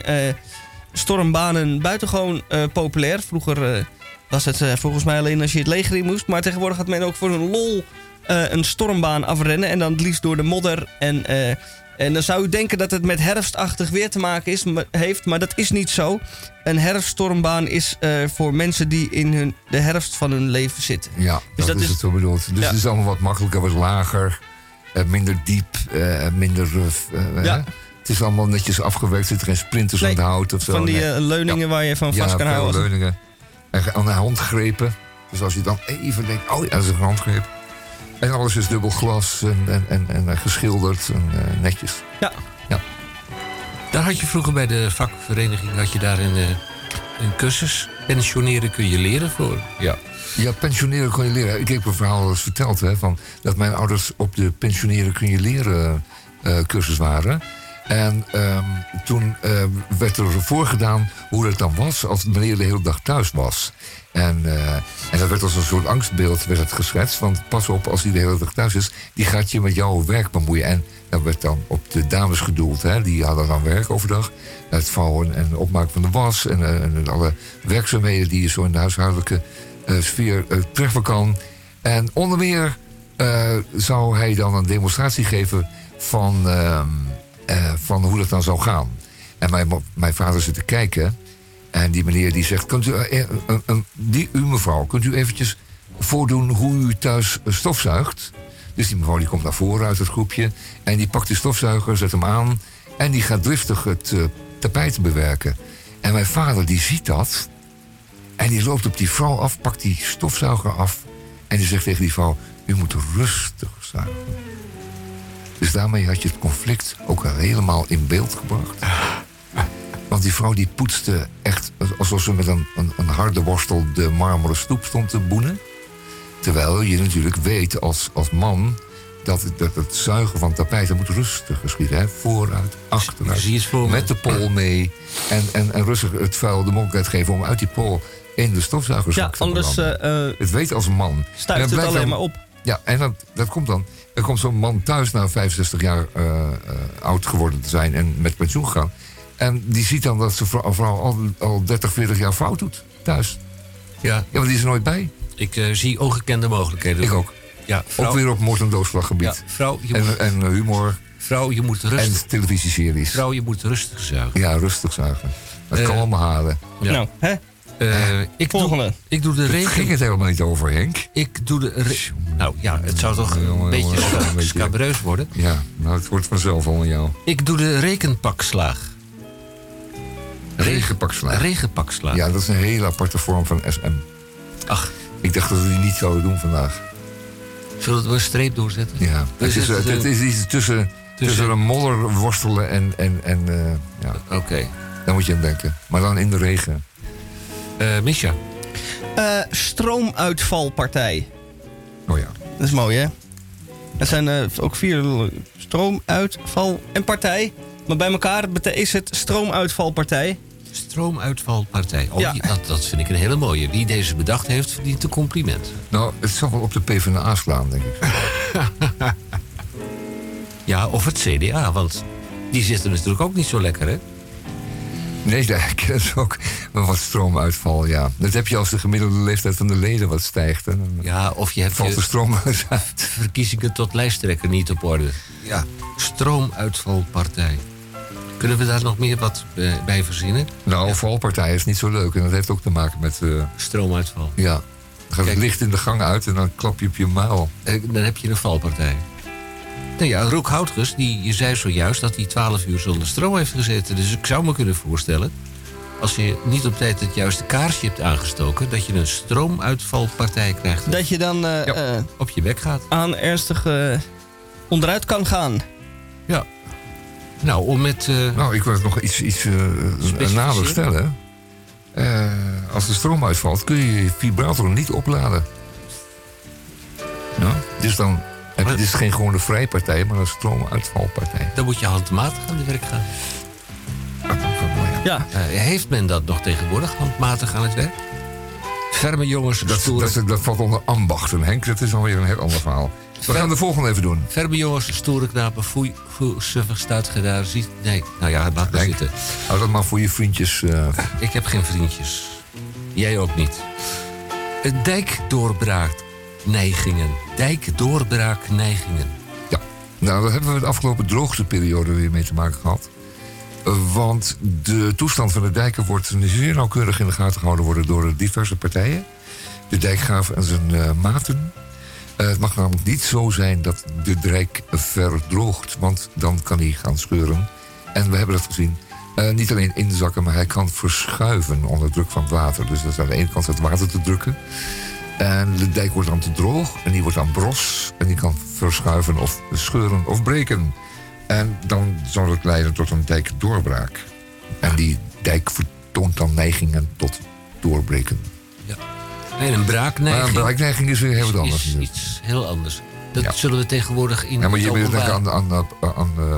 stormbanen buitengewoon populair. Vroeger was het volgens mij alleen als je het leger in moest. Maar tegenwoordig had men ook voor een lol een stormbaan afrennen. En dan het liefst door de modder. En dan zou u denken dat het met herfstachtig weer te maken heeft. Maar dat is niet zo. Een herfststormbaan is voor mensen die in de herfst van hun leven zitten.
Ja, dus dat is het zo bedoeld. Dus het is allemaal wat makkelijker, wat lager. Minder diep, minder ruf. Het is allemaal netjes afgewerkt. Zit er geen splinters aan het hout of zo.
Van die leuningen waar je van vast kan houden.
Ja, leuningen. En aan de handgrepen. Dus als je dan even denkt, oh ja, dat is een handgreep. En alles is dubbel glas en geschilderd en netjes.
Ja.
Daar had je vroeger bij de vakvereniging een cursus. Pensioneren kun je leren voor. Ja.
Ja, pensioneren kun je leren. Ik heb een verhaal al eens verteld, hè, van dat mijn ouders op de pensioneren kun je leren cursus waren. En toen werd er voorgedaan hoe het dan was als meneer de hele dag thuis was. En dat werd als een soort angstbeeld werd het geschetst. Want pas op, als hij de hele dag thuis is, die gaat je met jouw werk bemoeien. En dat werd dan op de dames gedoeld. Hè. Die hadden dan werk overdag. Het vouwen en opmaken van de was. En alle werkzaamheden die je zo in de huishoudelijke sfeer treffen kan. En onder meer zou hij dan een demonstratie geven van hoe dat dan zou gaan. En mijn vader zit te kijken. En die meneer die zegt, u mevrouw, kunt u eventjes voordoen hoe u thuis stofzuigt? Dus die mevrouw die komt naar voren uit het groepje. En die pakt de stofzuiger, zet hem aan. En die gaat driftig het tapijt bewerken. En mijn vader die ziet dat. En die loopt op die vrouw af, pakt die stofzuiger af. En die zegt tegen die vrouw, u moet rustig zuigen. Dus daarmee had je het conflict ook al helemaal in beeld gebracht. Want die vrouw die poetste echt alsof ze met een harde worstel de marmeren stoep stond te boenen. Terwijl je natuurlijk weet als man dat het zuigen van tapijten moet rustig geschieden. Hè? Vooruit, achteruit.
Zie je het voor me?
Met de pol mee. En rustig het vuil de mogelijkheid geven om uit die pol in de stofzuigerzak te
anders
belanden. Het weet als een man.
stuift het alleen maar op.
Ja, en dat komt dan. Er komt zo'n man thuis na 65 jaar oud geworden te zijn en met pensioen gaan. En die ziet dan dat zijn vrouw al 30, 40 jaar fout doet thuis.
Ja.
Ja, want die is er nooit bij.
Ik zie ongekende mogelijkheden.
Ik ook.
Ja, vrouw,
Ook weer op moord- en doodslaggebied.
ja, vrouw, je moet,
En humor
vrouw, je moet rustig,
en televisieseries.
vrouw, je moet rustig zuigen.
Ja, rustig zuigen. Dat kan allemaal halen.
Ja.
Nou, hè? Volgende.
Ik doe de
Daar ging
regen.
het helemaal niet over, Henk.
Ik doe de. Nou ja, het zou toch
Jongen,
een beetje
een beetje-
scabreus worden.
Ja, nou, het wordt vanzelf al aan jou.
Ik doe de rekenpakslaag.
Regenpakslaag.
Regenpakslaag.
Ja, dat is een hele aparte vorm van SM.
Ach,
Ik dacht dat we die niet zouden doen vandaag.
zullen we een streep doorzetten?
Ja,
Dus
het is iets tussen een modder worstelen en ja,
Oké.
daar moet je aan denken. Maar dan in de regen.
Misha.
Stroomuitvalpartij.
Oh ja.
Dat is mooi, hè? Er zijn ook 4 stroomuitval en partij. Maar bij elkaar is het stroomuitvalpartij.
Stroomuitvalpartij. Oh,
Ja.
dat vind ik een hele mooie. Wie deze bedacht heeft, verdient een compliment.
Nou, het zal wel op de PvdA slaan, denk ik.
Ja, of het CDA, want die zitten natuurlijk ook niet zo lekker, hè?
Nee, daar ken ze ook wel wat stroomuitval, ja. Dat heb je als de gemiddelde leeftijd van de leden wat stijgt. En dan
Ja, of je hebt
valt de
je
stroom uit.
verkiezingen tot lijsttrekker niet op orde.
Ja.
Stroomuitvalpartij. Kunnen we daar nog meer wat bij verzinnen?
Nou, valpartij is niet zo leuk. En dat heeft ook te maken met...
Stroomuitval.
ja, dan gaat
Kijk.
het licht in de gang uit en dan klap je op je muil.
Dan heb je een valpartij. Nou ja, Roek Houtges, je zei zojuist dat hij 12 uur zonder stroom heeft gezeten. Dus ik zou me kunnen voorstellen, als je niet op tijd het juiste kaarsje hebt aangestoken, dat je een stroomuitvalpartij krijgt.
Dat je dan
Op je bek gaat.
aan ernstig onderuit kan gaan.
Ja. Nou, om met...
Nou, ik wil nog iets nader stellen. Als de stroom uitvalt, kun je je vibrator niet opladen. Ja, dus dan heb je, dit is geen gewone vrijpartij, maar een stroomuitvalpartij.
Dan moet je handmatig aan de werk gaan.
Ja.
Heeft men dat nog tegenwoordig, handmatig aan het werk? Ferme jongens, stoere...
Dat valt onder ambachten, Henk. Dat is alweer een heel ander verhaal. We gaan de volgende even doen.
Ferme jongens, stoere knapen, foei, suffig staat ge daar, ziet... Nee, nou ja, laat maar
Henk,
zitten.
hou dat maar voor je vriendjes.
Ik heb geen vriendjes. Jij ook niet. Dijkdoorbraakneigingen. Dijkdoorbraakneigingen.
Ja, nou, daar hebben we de afgelopen droogteperiode weer mee te maken gehad. Want de toestand van de dijken wordt zeer nauwkeurig in de gaten gehouden worden door diverse partijen. De dijkgraaf en zijn maten. Het mag namelijk niet zo zijn dat de dijk verdroogt, want dan kan hij gaan scheuren. En we hebben dat gezien. Niet alleen inzakken, maar hij kan verschuiven onder druk van het water. Dus dat is aan de ene kant het water te drukken. En de dijk wordt dan te droog en die wordt dan bros. En die kan verschuiven of scheuren of breken. En dan zal het leiden tot een dijkdoorbraak. En die dijk vertoont dan neigingen tot doorbreken.
Ja. En een braakneiging...
Maar een braakneiging is weer heel wat anders.
is iets heel anders. Dat
Ja.
zullen we tegenwoordig in
Ja, maar je
het
bent denken
openbaar-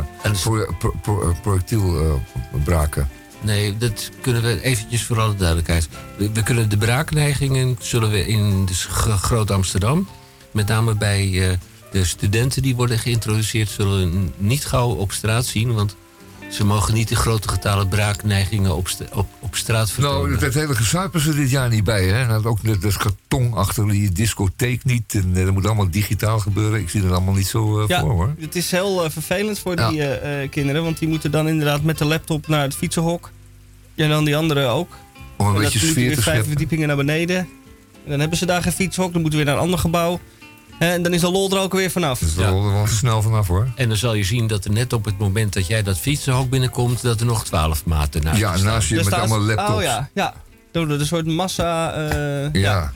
aan projectielbraken.
Nee, dat kunnen we eventjes voor alle duidelijkheid. We kunnen de braakneigingen zullen we in de Groot Amsterdam, met name bij de studenten die worden geïntroduceerd, zullen we niet gauw op straat zien, want ze mogen niet in grote getalen braakneigingen op straat vertonen.
Nou, het hele gezuipen ze dit jaar niet bij, hè? En ook dat getong achter die discotheek niet. En dat moet allemaal digitaal gebeuren. Ik zie het allemaal niet zo
Ja,
voor, hoor.
het is heel vervelend voor die kinderen. Want die moeten dan inderdaad met de laptop naar het fietsenhok. En dan die anderen ook.
Om een
En
beetje
dat
sfeer
weer
te
5
scheppen.
verdiepingen naar beneden. En dan hebben ze daar geen fietsenhok. Dan moeten we weer naar een ander gebouw. En dan is de lol er ook weer vanaf.
Dus we rollen er wel snel vanaf, hoor.
En dan zal je zien dat er net op het moment dat jij dat fietsenhok binnenkomt, dat er nog 12 maten naast
Ja,
je staan.
naast je
Daar
met
staan
allemaal
ze-
laptops.
Oh ja, ja. Door een soort massa...
Ja.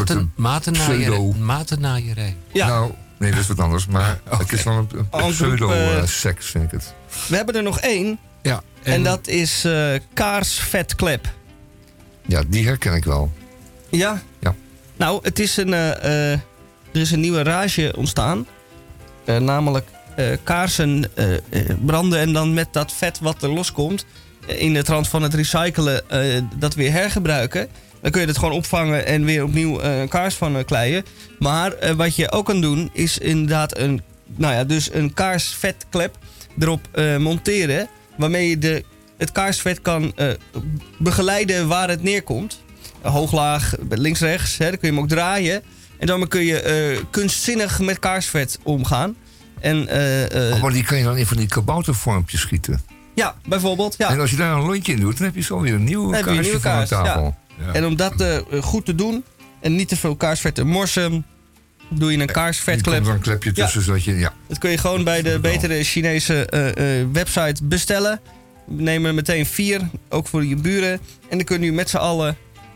Matennaaierij.
Ja.
Nou, nee, dat is wat anders. Maar het is wel een
Een groep,
pseudo-seks, vind ik het.
We hebben er nog één.
Ja,
En dat is kaarsvetklep.
Ja, die herken ik wel.
Ja?
Ja.
Nou, het is er is een nieuwe rage ontstaan. namelijk kaarsen branden en dan met dat vet wat er loskomt in de trant van het recyclen dat weer hergebruiken. Dan kun je het gewoon opvangen en weer opnieuw een kaars van kleien. Maar wat je ook kan doen is inderdaad een kaarsvetklep erop monteren, waarmee je het kaarsvet kan begeleiden waar het neerkomt. Hoog, laag, links, rechts. Dan kun je hem ook draaien. En dan kun je kunstzinnig met kaarsvet omgaan. En,
maar die kan je dan in van die kaboutervormpjes schieten?
Ja, bijvoorbeeld. Ja.
En als je daar een lontje in doet, dan heb je zo weer een nieuwe kaarsje van de tafel.
Ja. En om dat goed te doen en niet te veel kaarsvet te morsen, doe je een kaarsvetklep.
Er komt een klepje tussen, zodat je... Ja.
Dat kun je gewoon bij de betere Chinese website bestellen. We nemen meteen 4, ook voor je buren. En dan kun je met z'n allen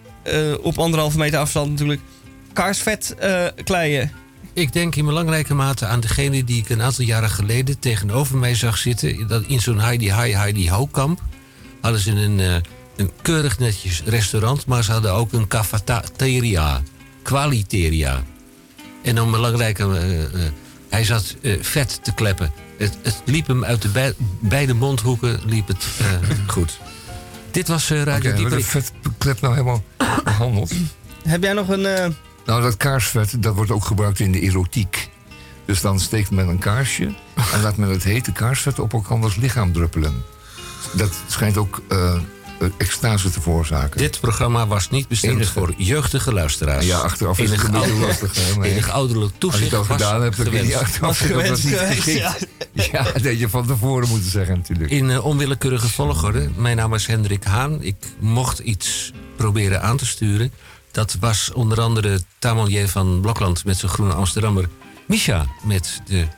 op 1,5 meter afstand natuurlijk kaarsvet kleien.
Ik denk in belangrijke mate aan degene die ik een aantal jaren geleden tegenover mij zag zitten. In zo'n Heidi Ho kamp hadden ze een keurig netjes restaurant, maar ze hadden ook een cafeteria, qualiteria. En een belangrijke, hij zat vet te kleppen. Het liep hem uit de beide mondhoeken liep het goed. Dit was Radio Dieprik.
Wat vet klep nou helemaal behandeld?
Heb jij nog een...
Nou, dat kaarsvet, dat wordt ook gebruikt in de erotiek. Dus dan steekt men een kaarsje en laat men het hete kaarsvet op elkanders lichaam druppelen. Dat schijnt ook extase te veroorzaken.
Dit programma was niet bestemd voor jeugdige luisteraars.
Ja, achteraf is het een beetje lastig.
Enig ouderlijk toezicht
was geweest. Als je dat gedaan hebt, dan kun je niet achteraf geweest. Ja, dat had je van tevoren moeten zeggen natuurlijk.
In onwillekeurige volgorde. Mijn naam is Hendrik Haan. Ik mocht iets proberen aan te sturen. Dat was onder andere Tamelier van Blokland met zijn Groene Amsterdammer. Misha met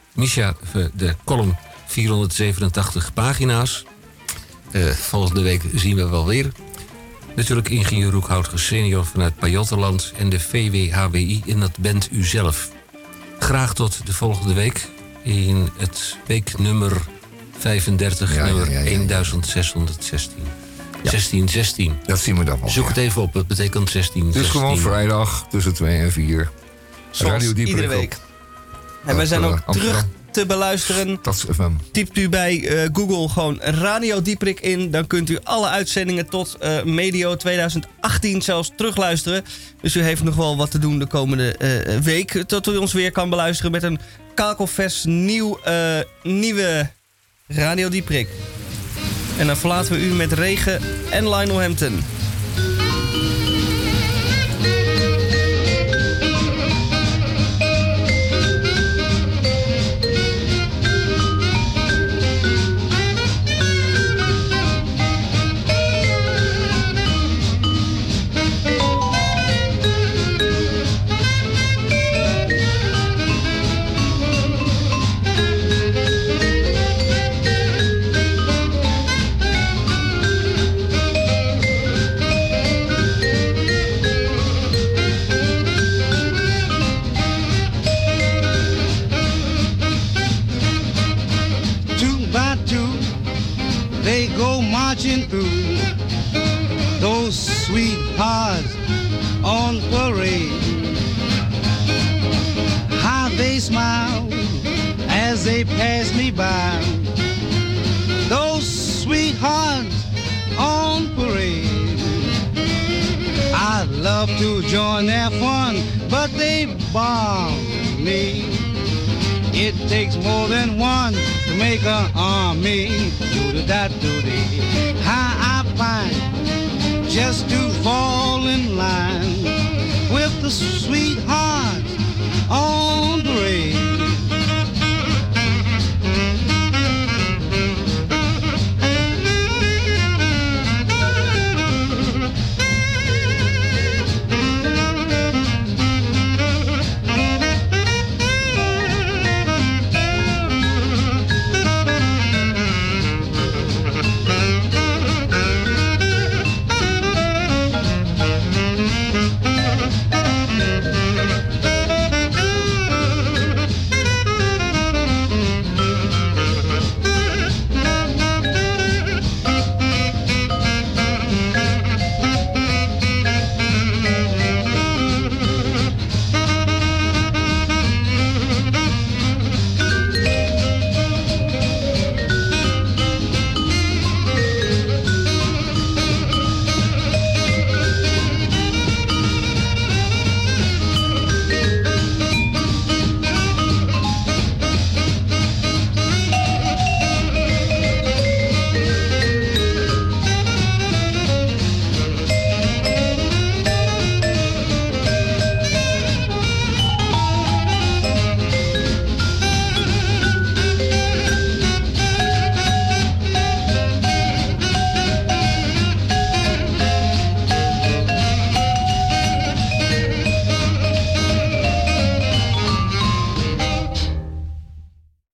de column 487 pagina's. Volgende week zien we wel weer. Natuurlijk ingenieur Roekhoutge senior vanuit Pajottenland en de VWHWI. En dat bent u zelf. Graag tot de volgende week in het weeknummer 35, nummer 1616. 1616.
Dat zien we dan wel.
Zoek het even op, het betekent 16.
Het is gewoon vrijdag tussen 2 en 4.
Zoals iedere week. En wij zijn ook terug te beluisteren. Typt u bij Google gewoon Radio Dieprik in. Dan kunt u alle uitzendingen tot medio 2018 zelfs terugluisteren. Dus u heeft nog wel wat te doen de komende week. Tot u ons weer kan beluisteren met een kakelvers nieuwe Radio Dieprik. En dan verlaten we u met Regen en Lionel Hampton.
Through those sweethearts on parade, how they smile as they pass me by. Those sweethearts on parade, I'd love to join their fun, but they bar me. It takes more than one to make an army. Do-da-da-do-dee. How I find just to fall in line with the sweethearts on parade.